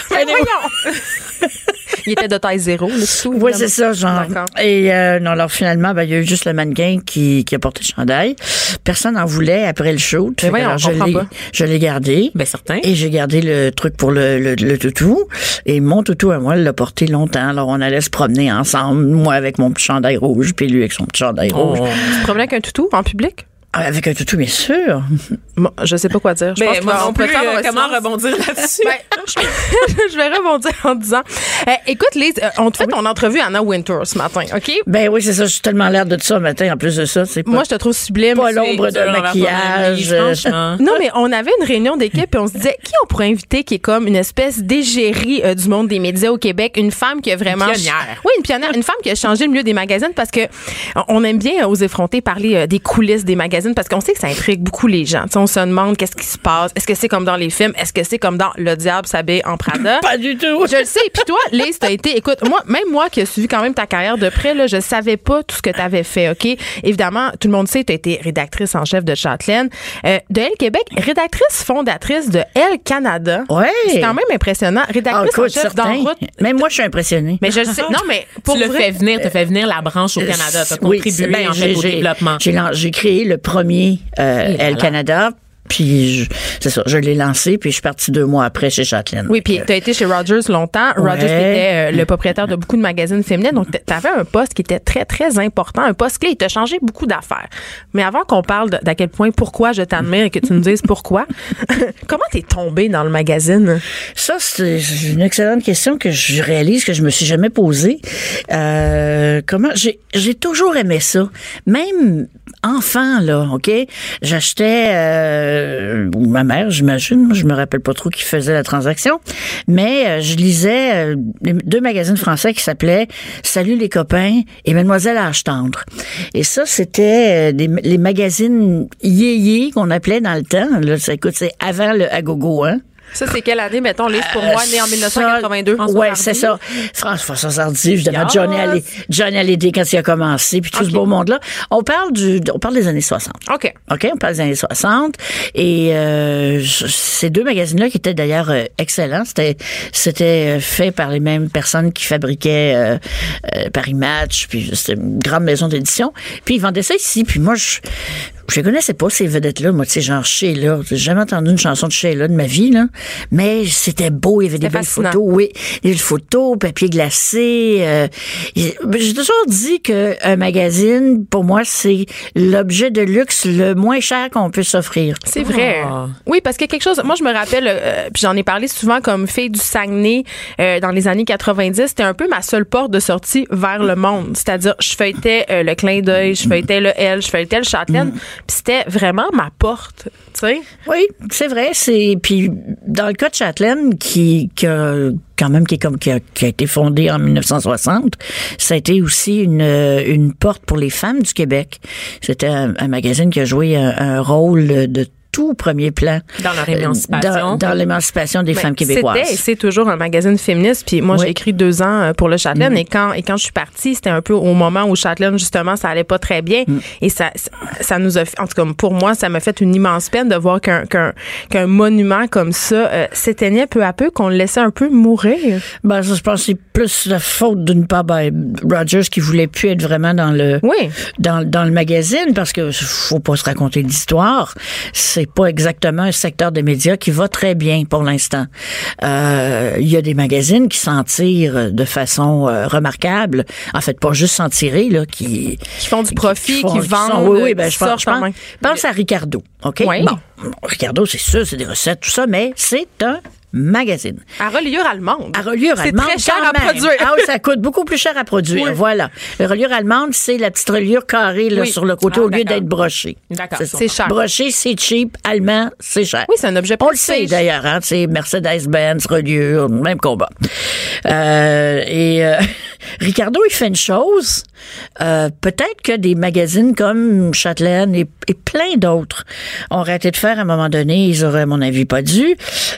Speaker 3: Il était de taille 0, le toutou.
Speaker 6: Oui, c'est ça, genre.
Speaker 3: D'accord.
Speaker 6: Et non, alors finalement, il y a eu juste le mannequin qui a porté le chandail. Personne n'en voulait après le shoot.
Speaker 3: Mais voyons,
Speaker 6: je l'ai gardé.
Speaker 4: Ben certain.
Speaker 6: Et j'ai gardé le truc pour le toutou. Et mon toutou à moi, il l'a porté longtemps. Alors on allait se promener ensemble, moi avec mon petit chandail rouge, puis lui avec son petit chandail rouge.
Speaker 3: Tu te promenais avec un toutou en public?
Speaker 6: Avec un toutou, bien sûr.
Speaker 3: Bon, je sais pas quoi dire. Je pense
Speaker 4: moi non plus, comment
Speaker 3: silence.
Speaker 4: rebondir là-dessus?
Speaker 3: Je vais rebondir en disant, écoute Lise, on te fait ton entrevue à Anna Wintour ce matin, OK?
Speaker 6: Ben oui, c'est ça. Je suis tellement l'air de ça ce matin. En plus de ça, c'est pas...
Speaker 3: Moi, je te trouve sublime.
Speaker 6: Pas l'ombre de maquillage.
Speaker 4: Franchement.
Speaker 3: Non, mais on avait une réunion d'équipe et on se disait, qui on pourrait inviter qui est comme une espèce d'égérie du monde des médias au Québec? Une femme qui a vraiment...
Speaker 4: Une pionnière.
Speaker 3: Oui, une pionnière. Une femme qui a changé le milieu des magazines parce que on aime bien aux effrontés parler des coulisses des magazines parce qu'on sait que ça intrigue beaucoup les gens. T'sais, on se demande qu'est-ce qui se passe. Est-ce que c'est comme dans les films? Est-ce que c'est comme dans Le Diable s'habille en Prada?
Speaker 6: Pas du tout.
Speaker 3: Je le sais. Puis toi, Lise, t'as été... Écoute, moi qui ai suivi quand même ta carrière de près, là, je savais pas tout ce que t'avais fait, OK? Évidemment, tout le monde sait, t'as été rédactrice en chef de Châtelaine. De Elle Québec, rédactrice fondatrice de Elle Canada.
Speaker 6: Ouais.
Speaker 3: C'est quand même impressionnant. Rédactrice en chef d'En Route.
Speaker 6: Même moi, je suis impressionnée.
Speaker 3: Mais je le sais. Non, mais pour
Speaker 4: Tu
Speaker 3: vrai,
Speaker 4: t'as fait venir la branche au Canada. T'as contribué en fait au développement.
Speaker 6: J'ai créé le premier Elle Canada. Puis, c'est ça, je l'ai lancé, puis je suis partie 2 mois après chez Châtelaine.
Speaker 3: Oui, puis tu as été chez Rogers longtemps. Rogers était le propriétaire de beaucoup de magazines féminins. Donc, tu avais un poste qui était très, très important, un poste clé. Il t'a changé beaucoup d'affaires. Mais avant qu'on parle d'à quel point pourquoi je t'admire et que tu nous dises pourquoi, comment t'es tombée dans le magazine?
Speaker 6: Ça, c'est une excellente question que je réalise que je me suis jamais posée. Comment j'ai toujours aimé ça. Même enfant, là, OK? J'achetais ma mère, j'imagine, je me rappelle pas trop qui faisait la transaction, mais je lisais 2 magazines français qui s'appelaient Salut les copains et Mademoiselle Âge tendre. Et ça, c'était les magazines yéyé qu'on appelait dans le temps. Là, écoute, c'est avant le Agogo, hein?
Speaker 3: Ça, c'est quelle année, mettons, Lise, pour moi, née en 1982?
Speaker 6: Oui, c'est ça. François Hardy, évidemment.
Speaker 3: Yes.
Speaker 6: Johnny Hallyday quand il a commencé, puis tout ce beau monde-là. On parle des années 60.
Speaker 3: OK,
Speaker 6: on parle des années 60. Et ces 2 magazines-là, qui étaient d'ailleurs excellents, c'était fait par les mêmes personnes qui fabriquaient Paris Match, puis c'était une grande maison d'édition. Puis ils vendaient ça ici, puis moi, je connaissais pas ces vedettes-là, moi, tu sais, genre Sheila. J'ai jamais entendu une chanson de Sheila de ma vie, là. Mais c'était beau, il y avait des belles photos, oui. Des belles photos, papier glacé. J'ai toujours dit qu'un magazine, pour moi, c'est l'objet de luxe le moins cher qu'on peut s'offrir.
Speaker 3: C'est vrai. Oui, parce qu'il y a quelque chose... Moi, je me rappelle, puis j'en ai parlé souvent comme fille du Saguenay dans les années 90. C'était un peu ma seule porte de sortie vers le monde. C'est-à-dire, je feuilletais le Clin d'œil, je feuilletais le Elle, je feuilletais le Châtelaine. Puis c'était vraiment ma porte, tu sais.
Speaker 6: Oui, c'est vrai. Puis dans le cas de Chatelaine, qui a été fondé en 1960, ça a été aussi une porte pour les femmes du Québec. C'était un magazine qui a joué un rôle de tout premier plan
Speaker 4: dans leur émancipation,
Speaker 6: dans l'émancipation des femmes québécoises.
Speaker 3: C'est toujours un magazine féministe. Puis moi, j'ai écrit 2 ans pour le Chatelaine et quand je suis partie, c'était un peu au moment où Chatelaine justement ça allait pas très bien et ça nous a fait, en tout cas pour moi, ça m'a fait une immense peine de voir qu'un monument comme ça s'éteignait peu à peu, qu'on le laissait un peu mourir.
Speaker 6: Ben je pense que c'est plus la faute d'une part Rogers qui voulait plus être vraiment dans le dans le magazine parce que faut pas se raconter d'histoire. C'est pas exactement un secteur des médias qui va très bien pour l'instant. Il y a des magazines qui s'en tirent de façon remarquable. En fait, pas juste s'en tirer, là, qui
Speaker 3: font du profit, qui vendent.
Speaker 6: Oui, je pense à Ricardo. OK?
Speaker 3: Oui.
Speaker 6: Bon, Ricardo, c'est sûr, c'est des recettes, tout ça, mais c'est un magazine.
Speaker 3: À reliure allemande.
Speaker 6: C'est
Speaker 3: très cher à produire.
Speaker 6: Ah oui, ça coûte beaucoup plus cher à produire. Oui. Voilà. Le reliure allemande, c'est la petite reliure carrée là, sur le côté au lieu d'être brochée.
Speaker 3: D'accord. C'est cher.
Speaker 6: Broché, c'est cheap. Allemand, c'est cher.
Speaker 3: Oui, c'est un objet
Speaker 6: on le sait d'ailleurs. Hein, c'est Mercedes-Benz, reliure, même combat. Ricardo, il fait une chose. Peut-être que des magazines comme Chatelaine et plein d'autres ont arrêté de faire à un moment donné. Ils auraient, à mon avis, pas dû.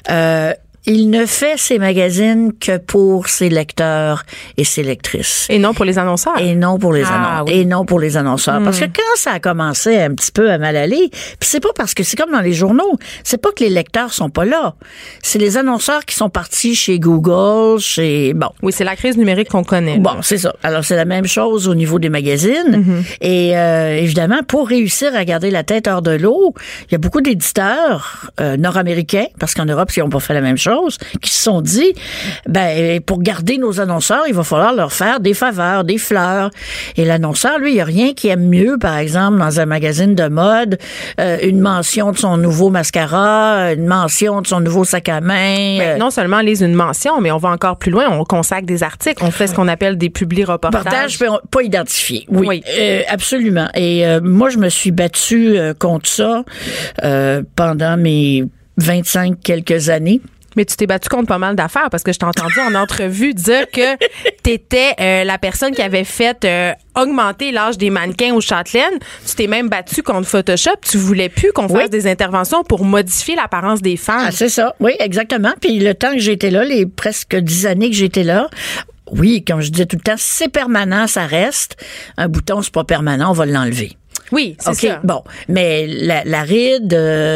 Speaker 6: Il ne fait ses magazines que pour ses lecteurs et ses lectrices.
Speaker 3: Et non pour les annonceurs.
Speaker 6: Et non pour les annonceurs. Parce que quand ça a commencé un petit peu à mal aller, puis c'est pas parce que c'est comme dans les journaux, c'est pas que les lecteurs sont pas là. C'est les annonceurs qui sont partis chez Google, bon.
Speaker 3: Oui, c'est la crise numérique qu'on connaît.
Speaker 6: Bon, c'est ça. Alors c'est la même chose au niveau des magazines. Et évidemment, pour réussir à garder la tête hors de l'eau, il y a beaucoup d'éditeurs nord-américains, parce qu'en Europe, ils n'ont pas fait la même chose, qui se sont dit, pour garder nos annonceurs, il va falloir leur faire des faveurs, des fleurs. Et l'annonceur, lui, il n'y a rien qui aime mieux, par exemple, dans un magazine de mode, une mention de son nouveau mascara, une mention de son nouveau sac à main.
Speaker 3: Non seulement une mention, mais on va encore plus loin, on consacre des articles, on fait ce qu'on appelle des publi-reportages.
Speaker 6: Pas identifiés. Oui. Absolument. Et moi, je me suis battue contre ça pendant mes 25 quelques années.
Speaker 3: Mais tu t'es battu contre pas mal d'affaires parce que je t'ai entendu en entrevue dire que t'étais la personne qui avait fait augmenter l'âge des mannequins au Chatelaine. Tu t'es même battu contre Photoshop. Tu voulais plus qu'on fasse des interventions pour modifier l'apparence des femmes.
Speaker 6: Ah, c'est ça. Oui, exactement. Puis le temps que j'étais là, les presque 10 années que j'étais là, oui, comme je disais tout le temps, c'est permanent, ça reste. Un bouton, c'est pas permanent, on va l'enlever.
Speaker 3: Oui, c'est ça.
Speaker 6: Bon, mais la ride,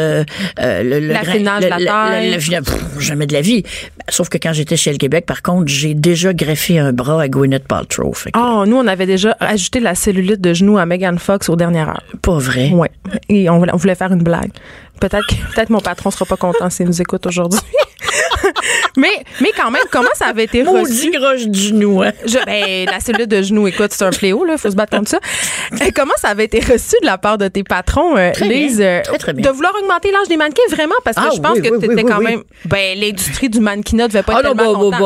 Speaker 3: l'affinage de la taille,
Speaker 6: jamais de la vie. Sauf que quand j'étais chez Le Québec, par contre, j'ai déjà greffé un bras à Gwyneth Paltrow.
Speaker 3: Nous, on avait déjà ajouté la cellulite de genou à Megan Fox aux dernières heures.
Speaker 6: Pas vrai?
Speaker 3: Oui. Et on voulait faire une blague. Peut-être mon patron sera pas content s'il nous écoute aujourd'hui. mais quand même, comment ça avait été reçu?
Speaker 6: Maudit gros du genou, hein?
Speaker 3: La cellule de genou, écoute, c'est un fléau, là. Faut se battre contre ça. Comment ça avait été reçu de la part de tes patrons, Lise?
Speaker 6: Très bien.
Speaker 3: De vouloir augmenter l'âge des mannequins, vraiment? Parce que je pense que t'étais quand même, l'industrie du mannequinat devait pas être tellement contente.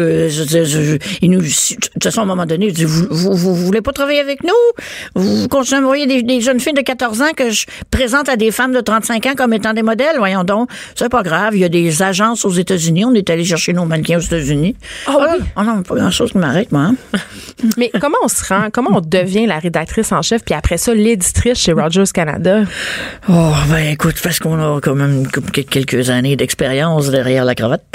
Speaker 6: De toute façon, à un moment donné, ils disent, vous voulez pas travailler avec nous? Vous continuez à envoyer des jeunes filles de 14 ans que je présente à des femmes de 35 ans comme étant des modèles? Voyons donc. C'est pas grave. Il y a des agences aux États-Unis. On est allé chercher nos mannequins aux États-Unis. Oui. Oh non, pas grand-chose qui m'arrête, moi. Hein?
Speaker 3: Mais comment on devient la rédactrice en chef puis après ça, l'éditrice chez Rogers Canada?
Speaker 6: Écoute, parce qu'on a quand même quelques années d'expérience derrière la cravate.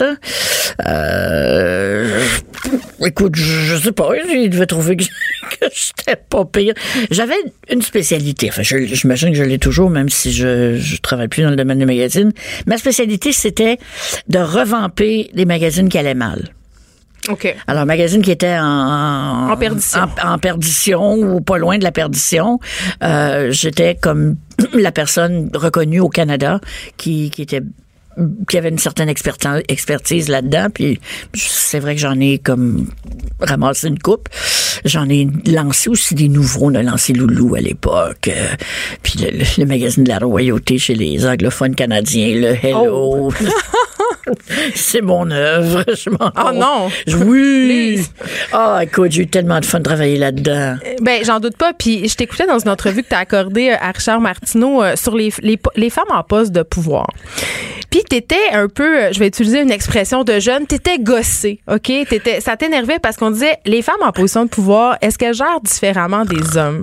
Speaker 6: Écoute, je sais pas. Il devait trouver que j'étais pas pire. J'avais une spécialité. Enfin, j'imagine que je l'ai toujours, même si je travaille plus dans le domaine des magazines. Ma spécialité, c'était de revamper les magazines qui allaient mal.
Speaker 3: OK.
Speaker 6: Alors, magazine qui était en
Speaker 3: perdition.
Speaker 6: En perdition ou pas loin de la perdition. J'étais comme la personne reconnue au Canada qui avait une certaine expertise là-dedans, puis c'est vrai que j'en ai comme ramassé une coupe. J'en ai lancé aussi des nouveaux. On a lancé Loulou à l'époque, puis le magazine de la royauté chez les anglophones canadiens, le Hello. C'est mon œuvre.
Speaker 3: Oh non!
Speaker 6: Oui! Écoute, j'ai eu tellement de fun de travailler là-dedans.
Speaker 3: Ben, j'en doute pas. Puis je t'écoutais dans une entrevue que tu as accordée à Richard Martineau sur les femmes en poste de pouvoir. Puis t'étais un peu, je vais utiliser une expression de jeune, t'étais gossée, OK? Ça t'énervait parce qu'on disait, les femmes en position de pouvoir, est-ce qu'elles gèrent différemment des hommes?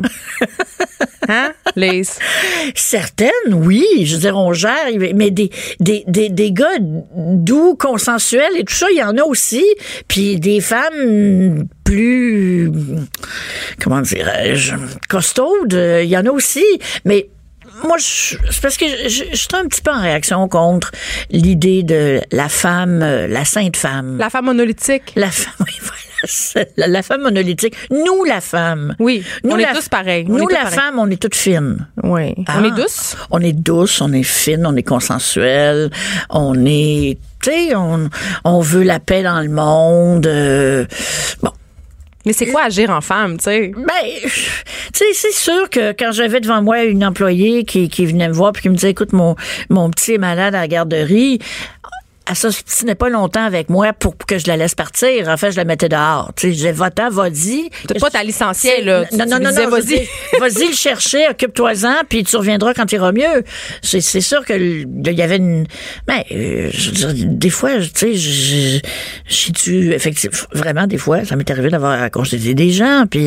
Speaker 3: Hein, Lise?
Speaker 6: Certaines, oui. Je veux dire, on gère, mais des gars doux, consensuels et tout ça, il y en a aussi. Puis des femmes plus, comment dirais-je, costaudes, il y en a aussi. Mais moi, c'est parce que je suis un petit peu en réaction contre l'idée de la femme, la sainte femme.
Speaker 3: La femme monolithique.
Speaker 6: La femme, oui, voilà. La femme monolithique. Nous, la femme.
Speaker 3: Oui, on est tous pareils.
Speaker 6: Nous, la femme, on est toutes fines.
Speaker 3: Oui. On est douce?
Speaker 6: On est douce, on est fine, on est consensuelle, on est, tu sais, on veut la paix dans le monde. Bon.
Speaker 3: Mais c'est quoi agir en femme, tu sais?
Speaker 6: Ben, tu sais, c'est sûr que quand j'avais devant moi une employée qui venait me voir puis qui me disait, écoute, mon petit est malade à la garderie, elle s'obstinait pas longtemps avec moi pour que je la laisse partir. En fait, je la mettais dehors. Tu sais, je disais, va-t'en, vas-y.
Speaker 3: T'as pas ta licenciée, là.
Speaker 6: Non, vas-y. Vas-y le chercher, occupe-toi-en, puis tu reviendras quand tu iras mieux. C'est sûr que il y avait une... Ben, je veux dire, des fois, tu sais, j'ai dû... Effectivement, vraiment, des fois, ça m'est arrivé d'avoir à congédier des gens, puis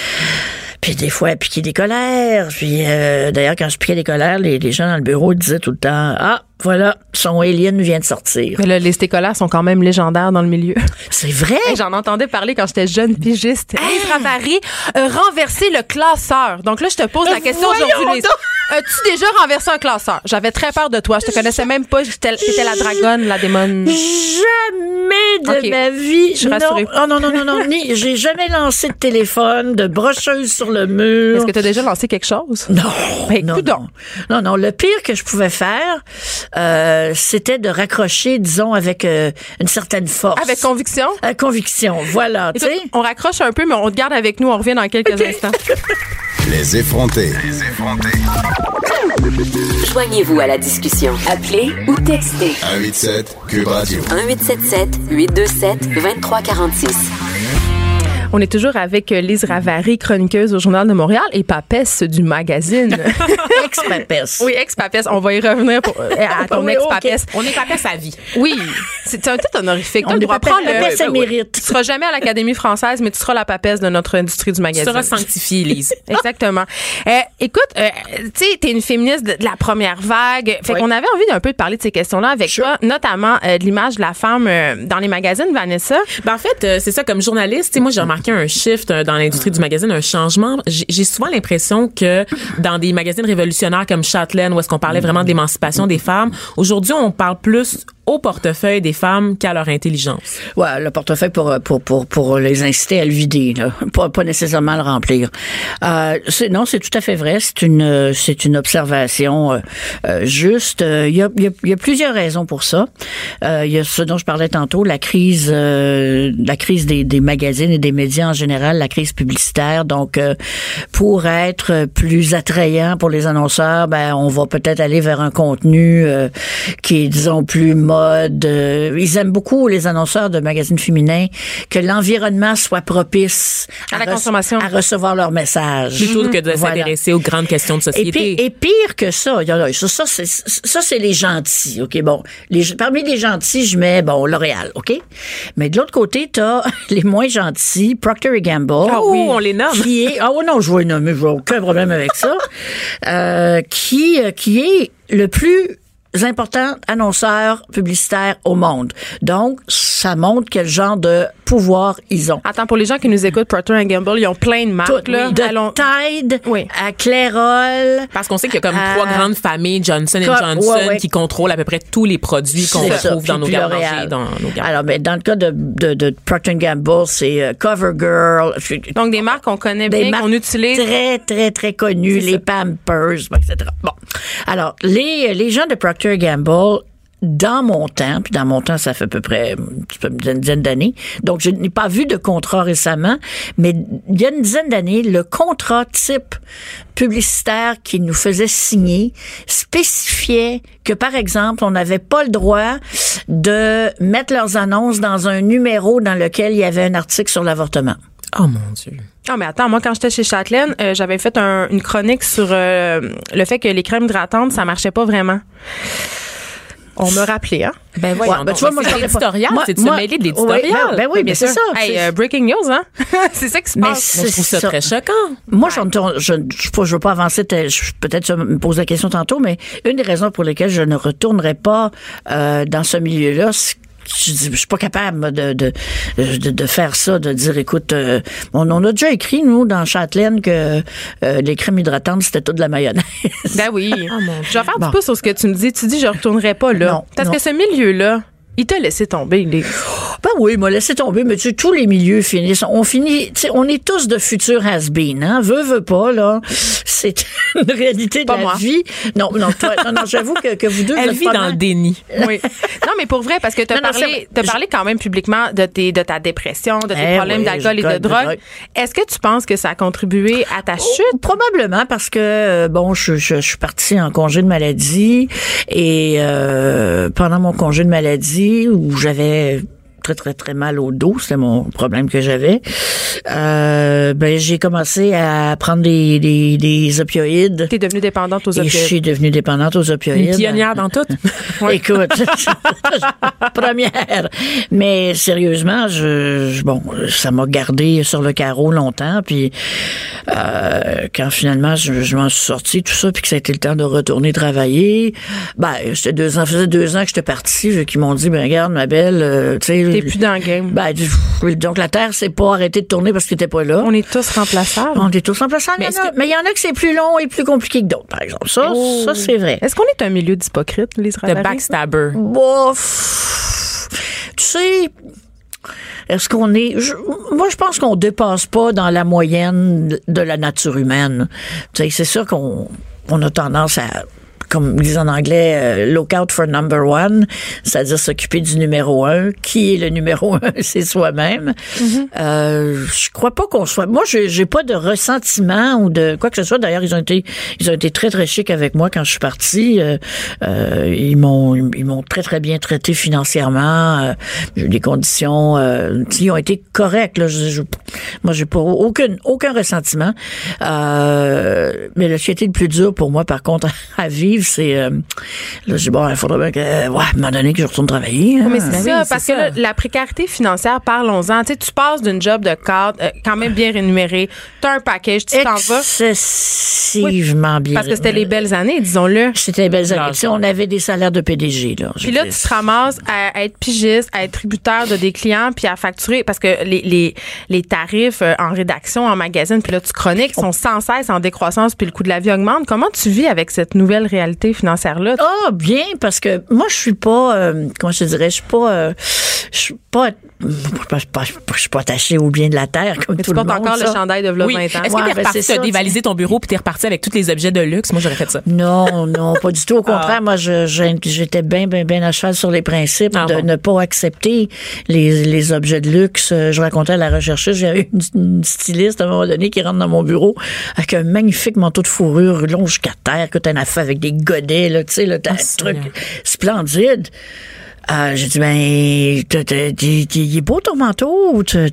Speaker 6: des fois, piquer des colères. Puis d'ailleurs, quand je piquais des colères, les gens dans le bureau disaient tout le temps, voilà, son alien vient de sortir.
Speaker 3: Mais là, les stécolaires sont quand même légendaires dans le milieu.
Speaker 6: C'est vrai?
Speaker 3: Hey, j'en entendais parler quand j'étais jeune pigiste. Lise Ravary a renversé le classeur. Donc là, je te pose la question aujourd'hui, Lise. As-tu déjà renversé un classeur? J'avais très peur de toi. Je te connaissais même pas. T'étais la dragonne, la démone.
Speaker 6: Jamais de ma vie.
Speaker 3: Je suis rassurée.
Speaker 6: Non. J'ai jamais lancé de téléphone, de brocheuse sur le mur.
Speaker 3: Est-ce que tu as déjà lancé quelque chose?
Speaker 6: Non.
Speaker 3: Ben,
Speaker 6: Non. Le pire que je pouvais faire, c'était de raccrocher, disons, avec une certaine force.
Speaker 3: Avec conviction?
Speaker 6: Conviction, voilà, tu sais.
Speaker 3: On raccroche un peu, mais on te garde avec nous. On revient dans quelques instants.
Speaker 2: Les effrontés.
Speaker 1: Joignez-vous à la discussion. Appelez ou textez.
Speaker 2: 187 Cube Radio.
Speaker 1: 1877-827-2346.
Speaker 3: On est toujours avec Lise Ravary, chroniqueuse au Journal de Montréal et papesse du magazine.
Speaker 6: Ex-papesse.
Speaker 3: Oui, ex-papesse. On va y revenir à ton ex-papesse.
Speaker 4: Okay. On est papesse à vie.
Speaker 3: Oui. C'est un titre honorifique.
Speaker 6: On doit prendre papesse, ça mérite.
Speaker 3: Tu seras jamais à l'Académie française, mais tu seras la papesse de notre industrie du magazine.
Speaker 4: Tu seras sanctifiée, Lise.
Speaker 3: Exactement. Écoute, tu sais, t'es une féministe de la première vague. Fait qu'on avait envie d'un peu de parler de ces questions-là avec toi, notamment de l'image de la femme dans les magazines, Vanessa.
Speaker 4: Ben en fait, c'est ça, comme journaliste, moi j'ai remarqué un shift dans l'industrie du magazine, un changement. J'ai souvent l'impression que dans des magazines révolutionnaires comme Chatelaine, où est-ce qu'on parlait vraiment de l'émancipation des femmes, aujourd'hui on parle plus au portefeuille des femmes qu'à leur intelligence.
Speaker 6: Ouais, le portefeuille pour les inciter à le vider, là. Pas nécessairement le remplir. C'est tout à fait vrai. C'est une observation juste. Il y a plusieurs raisons pour ça. Il y a ce dont je parlais tantôt, la crise des magazines et des médias en général, la crise publicitaire. Donc, pour être plus attrayant pour les annonceurs, on va peut-être aller vers un contenu qui est, disons, plus mode. Ils aiment beaucoup, les annonceurs de magazines féminins, que l'environnement soit propice
Speaker 3: à la consommation,
Speaker 6: à recevoir leur message.
Speaker 4: Plutôt que de s'intéresser aux grandes questions de société.
Speaker 6: Et pire que ça, c'est les gentils. OK, bon. Parmi les gentils, je mets, L'Oréal, OK? Mais de l'autre côté, t'as les moins gentils, Procter & Gamble.
Speaker 4: Ah oui, on les nomme.
Speaker 6: Non, je vais les nommer, je n'ai aucun problème avec ça. Qui est le plus importants annonceurs publicitaires au monde. Donc, ça montre quel genre de pouvoir ils ont.
Speaker 3: Attends, pour les gens qui nous écoutent, Procter & Gamble, ils ont plein de marques. Là.
Speaker 6: De Tide à Clairol.
Speaker 4: Parce qu'on sait qu'il y a comme 3 grandes familles, Johnson & Johnson, qui contrôlent à peu près tous les produits qu'on retrouve dans nos garde-manger.
Speaker 6: Alors, mais dans le cas de Procter & Gamble, c'est CoverGirl.
Speaker 3: Donc, des marques qu'on connaît bien, qu'on utilise.
Speaker 6: Très, très, très connues. Les Pampers, etc. Bon. Alors, les gens de Procter & Gamble, dans mon temps, ça fait à peu près une dizaine d'années, donc je n'ai pas vu de contrat récemment, mais il y a une dizaine d'années, le contrat type publicitaire qu'il nous faisait signer spécifiait que, par exemple, on n'avait pas le droit de mettre leurs annonces dans un numéro dans lequel il y avait un article sur l'avortement.
Speaker 4: Oh mon Dieu.
Speaker 3: Ah, mais attends, moi, quand j'étais chez Châtelaine, j'avais fait une chronique sur le fait que les crèmes hydratantes, ça marchait pas vraiment. On m'a rappelé, hein?
Speaker 4: Ben voyons.
Speaker 6: Ouais, ben, tu vois, moi,
Speaker 4: c'est l'éditorial. C'est de se mêler de l'éditorial.
Speaker 6: Oui, mais c'est ça.
Speaker 3: Hey, breaking news, hein? C'est ça qui se passe.
Speaker 4: Mais je trouve ça très choquant.
Speaker 6: Moi, je veux pas avancer. Peut-être tu me poses la question tantôt, mais une des raisons pour lesquelles je ne retournerai pas dans ce milieu-là, je suis pas capable de faire ça, de dire, écoute, on a déjà écrit, nous, dans Châtelaine, que les crèmes hydratantes, c'était tout de la mayonnaise.
Speaker 3: Ben oui. Je vais faire du pouce sur ce que tu me dis. Tu dis, je retournerai pas là.
Speaker 6: Non,
Speaker 3: Parce que ce milieu-là, il t'a laissé tomber.
Speaker 6: Ben oui, il m'a laissé tomber, mais tu sais, tous les milieux finissent. On est tous de futurs has-been, hein. Veux pas, là. C'est une réalité de la vie. Non, j'avoue que vous deux,
Speaker 4: elle vit dans le déni.
Speaker 3: Oui. Non, mais pour vrai, parce que t'as parlé quand même publiquement de ta dépression, de tes problèmes d'alcool et de drogue. Est-ce que tu penses que ça a contribué à ta chute?
Speaker 6: Probablement, parce que, je suis partie en congé de maladie et pendant mon congé de maladie, où j'avais très, très, très mal au dos, c'était mon problème que j'avais, j'ai commencé à prendre des opioïdes.
Speaker 3: T'es devenue dépendante aux opioïdes.
Speaker 6: Et je suis devenue dépendante aux opioïdes.
Speaker 4: Une pionnière dans tout.
Speaker 6: Écoute, première. Mais sérieusement, ça m'a gardé sur le carreau longtemps, puis quand finalement je m'en suis sortie, tout ça, puis que ça a été le temps de retourner travailler, faisait 2 ans que j'étais partie, qu'ils m'ont dit, regarde, ma belle, tu sais,
Speaker 3: t'es plus dans le game.
Speaker 6: Donc la Terre s'est pas arrêtée de tourner parce que t'étais pas là.
Speaker 3: On est tous remplaçables.
Speaker 6: On est tous remplaçables. Mais il y en a que c'est plus long et plus compliqué que d'autres, par exemple. Ça, c'est vrai.
Speaker 3: Est-ce qu'on est un milieu d'hypocrites, les Israéliens?
Speaker 4: De backstabber.
Speaker 6: Tu sais, est-ce qu'on est... Moi, je pense qu'on dépasse pas dans la moyenne de la nature humaine. Tu sais, c'est sûr qu'on a tendance à... comme ils disent en anglais, look out for number one, c'est-à-dire s'occuper du numéro 1. Qui est le numéro 1? C'est soi-même. Mm-hmm. Je crois pas qu'on soit... Moi, j'ai pas de ressentiment ou de quoi que ce soit. D'ailleurs, ils ont été très, très chics avec moi quand je suis partie. Ils m'ont très, très bien traité financièrement. J'ai eu des conditions... ils ont été corrects. Là. Moi, j'ai pas aucun ressentiment. Mais le qui a été le plus dur pour moi, par contre, à vivre, c'est là, je dis il faudrait bien que à un moment donné que je retourne travailler.
Speaker 3: Mais c'est ça, parce que là, la précarité financière, parlons-en. Tu sais, tu passes d'une job de cadre quand même bien rémunéré, t'as un package, tu t'en vas.
Speaker 6: Excessivement bien.
Speaker 3: Parce que c'était les belles années, disons-le.
Speaker 6: C'était les belles années. On avait des salaires de PDG là.
Speaker 3: Puis là, tu te ramasses à être pigiste, à être tributaire de des clients, puis à facturer parce que les tarifs en rédaction, en magazine, puis là tu chroniques sont sans cesse en décroissance, puis le coût de la vie augmente. Comment tu vis avec cette nouvelle réalité financière-là?
Speaker 6: Ah, bien, parce que moi, je suis pas, comment je te dirais, je suis pas attachée au bien de la terre comme tout le monde.
Speaker 3: Tu portes encore le chandail de v'là 20 ans.
Speaker 4: Est-ce que t'es reparti, t'as dévalisé ton bureau puis t'es reparti avec tous les objets de luxe? Moi, j'aurais fait ça.
Speaker 6: Non, pas du tout. Au contraire, moi, j'étais bien à cheval sur les principes de ne pas accepter les objets de luxe. Je racontais à la rechercheuse, j'avais une styliste à un moment donné qui rentre dans mon bureau avec un magnifique manteau de fourrure long jusqu'à terre que t'en as fait avec des godets, là, tu sais, là, t'as un truc splendide. J'ai dit, il est beau ton manteau. Elle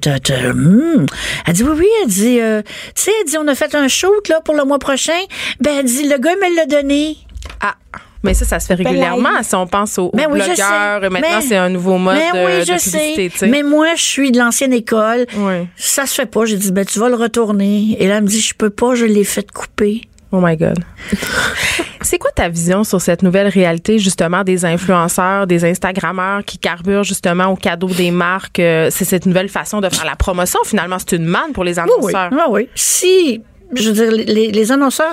Speaker 6: dit, oui. Elle dit, tu sais, on a fait un shoot, là, pour le mois prochain. Elle dit, le gars, il me l'a donné.
Speaker 3: Ah. Mais ça se fait régulièrement si on pense aux blogueurs. Maintenant, c'est un nouveau mode de publicité.
Speaker 6: Sais. Mais moi, je suis de l'ancienne école. Oui. Ça se fait pas. J'ai dit, tu vas le retourner. Et là, elle me dit, je peux pas, je l'ai fait couper.
Speaker 3: Oh my God. C'est quoi ta vision sur cette nouvelle réalité, justement, des influenceurs, des Instagrammeurs qui carburent, justement, au cadeau des marques? C'est cette nouvelle façon de faire la promotion. Finalement, c'est une manne pour les annonceurs.
Speaker 6: Oui. Si, je veux dire, les annonceurs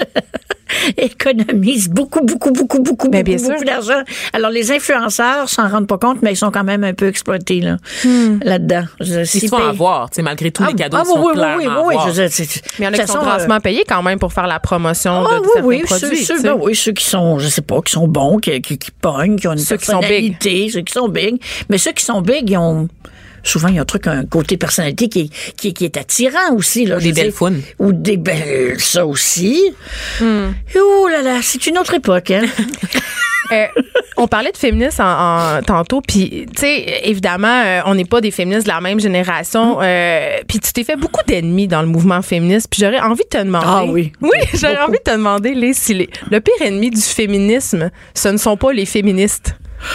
Speaker 6: économisent beaucoup d'argent. Alors, les influenceurs s'en rendent pas compte, mais ils sont quand même un peu exploités là-dedans.
Speaker 4: Ils se font avoir, malgré tous les cadeaux.
Speaker 6: Oui.
Speaker 3: Mais il y en a qui sont grassement payés quand même pour faire la promotion de certains produits.
Speaker 6: Ceux qui sont, je sais pas, qui sont bons, qui pognent, qui ont une personnalité, ceux qui sont big. Mais ceux qui sont big, ils ont souvent, il y a un côté personnalité qui est attirant aussi. Là,
Speaker 4: des belles founes.
Speaker 6: Ou des belles... Ça aussi. Oh là là, c'est une autre époque, hein?
Speaker 3: On parlait de féministes tantôt, puis tu sais, évidemment, on n'est pas des féministes de la même génération, puis tu t'es fait beaucoup d'ennemis dans le mouvement féministe, puis j'aurais envie de te demander...
Speaker 6: Ah oui.
Speaker 3: Oui, j'aurais envie de te demander, le pire ennemi du féminisme, ce ne sont pas les féministes.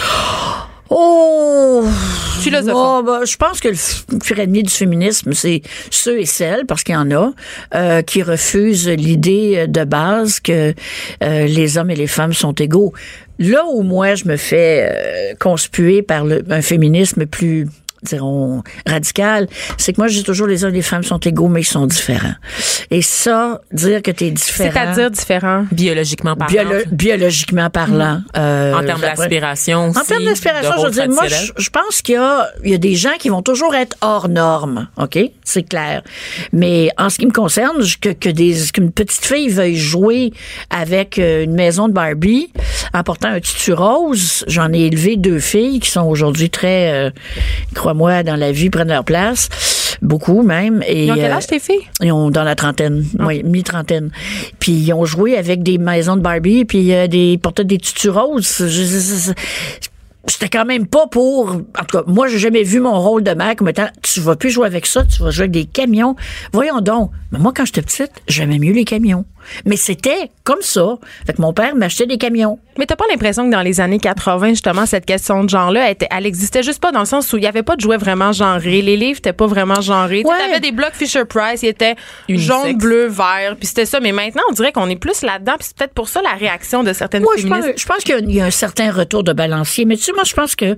Speaker 6: Oh!
Speaker 3: Philosophe.
Speaker 6: Je pense que le pire ennemi du féminisme, c'est ceux et celles, parce qu'il y en a, qui refusent l'idée de base que les hommes et les femmes sont égaux. Là où moi, je me fais conspuer par un féminisme plus, dirons, radical, c'est que moi, je dis toujours les hommes et les femmes sont égaux, mais ils sont différents. Et ça, dire que t'es différent...
Speaker 3: C'est-à-dire différent?
Speaker 4: Biologiquement parlant.
Speaker 6: Biologiquement parlant.
Speaker 4: En termes d'aspiration aussi.
Speaker 6: En termes d'aspiration, je veux dire, moi, je pense qu'il y a des gens qui vont toujours être hors normes, OK? C'est clair. Mais en ce qui me concerne, qu'une petite fille veuille jouer avec une maison de Barbie en portant un tutu rose, j'en ai élevé 2 filles qui sont aujourd'hui très... crois-moi, dans la vie, prennent leur place. Beaucoup, même. Et,
Speaker 3: ils ont quel âge, tes filles?
Speaker 6: Ils ont dans la trentaine. Oui, mi-trentaine. Puis, ils ont joué avec des maisons de Barbie, puis ils portaient des tutus roses. J'étais quand même pas pour... En tout cas, moi, j'ai jamais vu mon rôle de mère comme étant, tu vas plus jouer avec ça, tu vas jouer avec des camions. Voyons donc. Mais moi, quand j'étais petite, j'aimais mieux les camions. Mais c'était comme ça. Fait que mon père m'achetait des camions.
Speaker 3: Mais t'as pas l'impression que dans les années 80, justement, cette question de genre-là, elle existait juste pas dans le sens où il y avait pas de jouets vraiment genrés. Les livres étaient pas vraiment genrés. Ouais. T'avais des blocs Fisher-Price, ils étaient jaune, bleu, vert, puis c'était ça. Mais maintenant, on dirait qu'on est plus là-dedans, puis c'est peut-être pour ça la réaction de certaines féministes.
Speaker 6: Je pense qu'il y a un certain retour de balancier. Mais tu sais, moi, je pense que...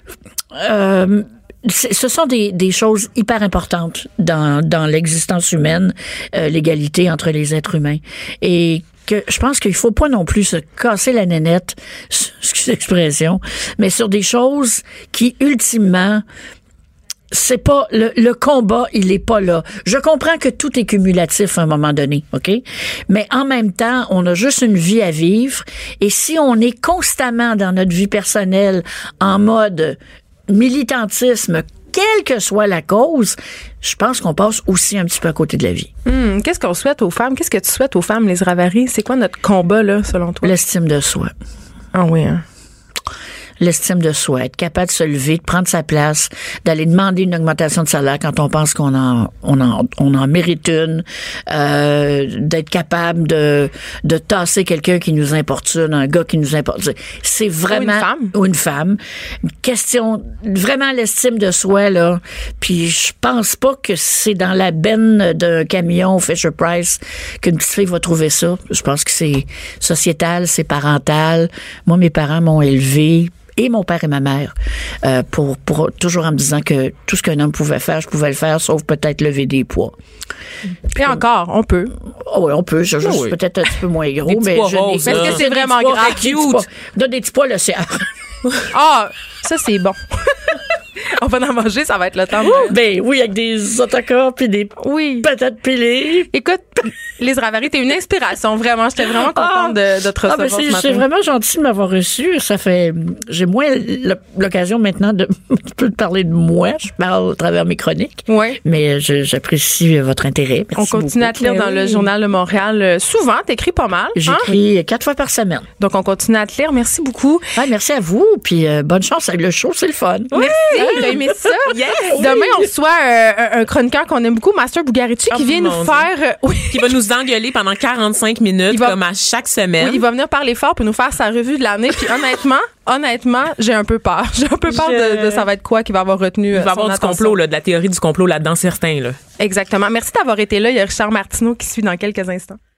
Speaker 6: ce sont des choses hyper importantes dans l'existence humaine, l'égalité entre les êtres humains. Et que je pense qu'il faut pas non plus se casser la nénette, excusez l'expression, mais sur des choses qui, ultimement, c'est pas le combat, il est pas là. Je comprends que tout est cumulatif à un moment donné, OK? Mais en même temps, on a juste une vie à vivre, et si on est constamment dans notre vie personnelle en mode militantisme, quelle que soit la cause, je pense qu'on passe aussi un petit peu à côté de la vie.
Speaker 3: Qu'est-ce qu'on souhaite aux femmes? Qu'est-ce que tu souhaites aux femmes, Lise Ravary? C'est quoi notre combat, là, selon toi?
Speaker 6: L'estime de soi.
Speaker 3: Ah oui, hein?
Speaker 6: L'estime de soi, être capable de se lever, de prendre sa place, d'aller demander une augmentation de salaire quand on pense qu'on en mérite une, d'être capable de tasser quelqu'un qui nous importune, un gars qui nous importune. C'est vraiment... Ou une femme. Une question, vraiment l'estime de soi, là. Puis je pense pas que c'est dans la benne d'un camion Fisher-Price qu'une petite fille va trouver ça. Je pense que c'est sociétal, c'est parental. Moi, mes parents m'ont élevé, et mon père et ma mère, pour toujours en me disant que tout ce qu'un homme pouvait faire, je pouvais le faire, sauf peut-être lever des poids.
Speaker 3: Et encore, on peut.
Speaker 6: Oh oui, on peut. Je juste peut-être un petit peu moins gros, mais
Speaker 3: parce que c'est vraiment grave.
Speaker 6: Donne des petits pois, le CR.
Speaker 3: Ah, ça, c'est bon. On va en manger, ça va être le temps.
Speaker 6: Ben oui, avec des autocars puis des patates pilées.
Speaker 3: Écoute, Lise Ravary, t'es une inspiration, vraiment. J'étais vraiment contente de te recevoir ce matin.
Speaker 6: C'est vraiment gentil de m'avoir reçu. Ça fait... J'ai moins l'occasion maintenant de parler de moi. Je parle à travers mes chroniques.
Speaker 3: Oui.
Speaker 6: Mais j'apprécie votre intérêt. Merci
Speaker 3: On continue à te lire dans le Journal de Montréal. Souvent, t'écris pas mal.
Speaker 6: J'écris 4 fois par semaine.
Speaker 3: Donc, on continue à te lire. Merci beaucoup.
Speaker 6: Merci à vous. Puis bonne chance avec le show. C'est le fun.
Speaker 3: Merci. T'as aimé ça? Yes. Demain, on reçoit un chroniqueur qu'on aime beaucoup, Master Bugarici, qui vient nous faire...
Speaker 4: qui va nous engueuler pendant 45 minutes, comme à chaque semaine.
Speaker 3: Oui, il va venir parler fort pour nous faire sa revue de l'année. Puis honnêtement, j'ai un peu peur. J'ai un peu peur de ça va être quoi qui va avoir retenu
Speaker 4: Il va y avoir du complot, là, de la théorie du complot là-dedans, certains. Là.
Speaker 3: Exactement. Merci d'avoir été là. Il y a Richard Martineau qui suit dans quelques instants.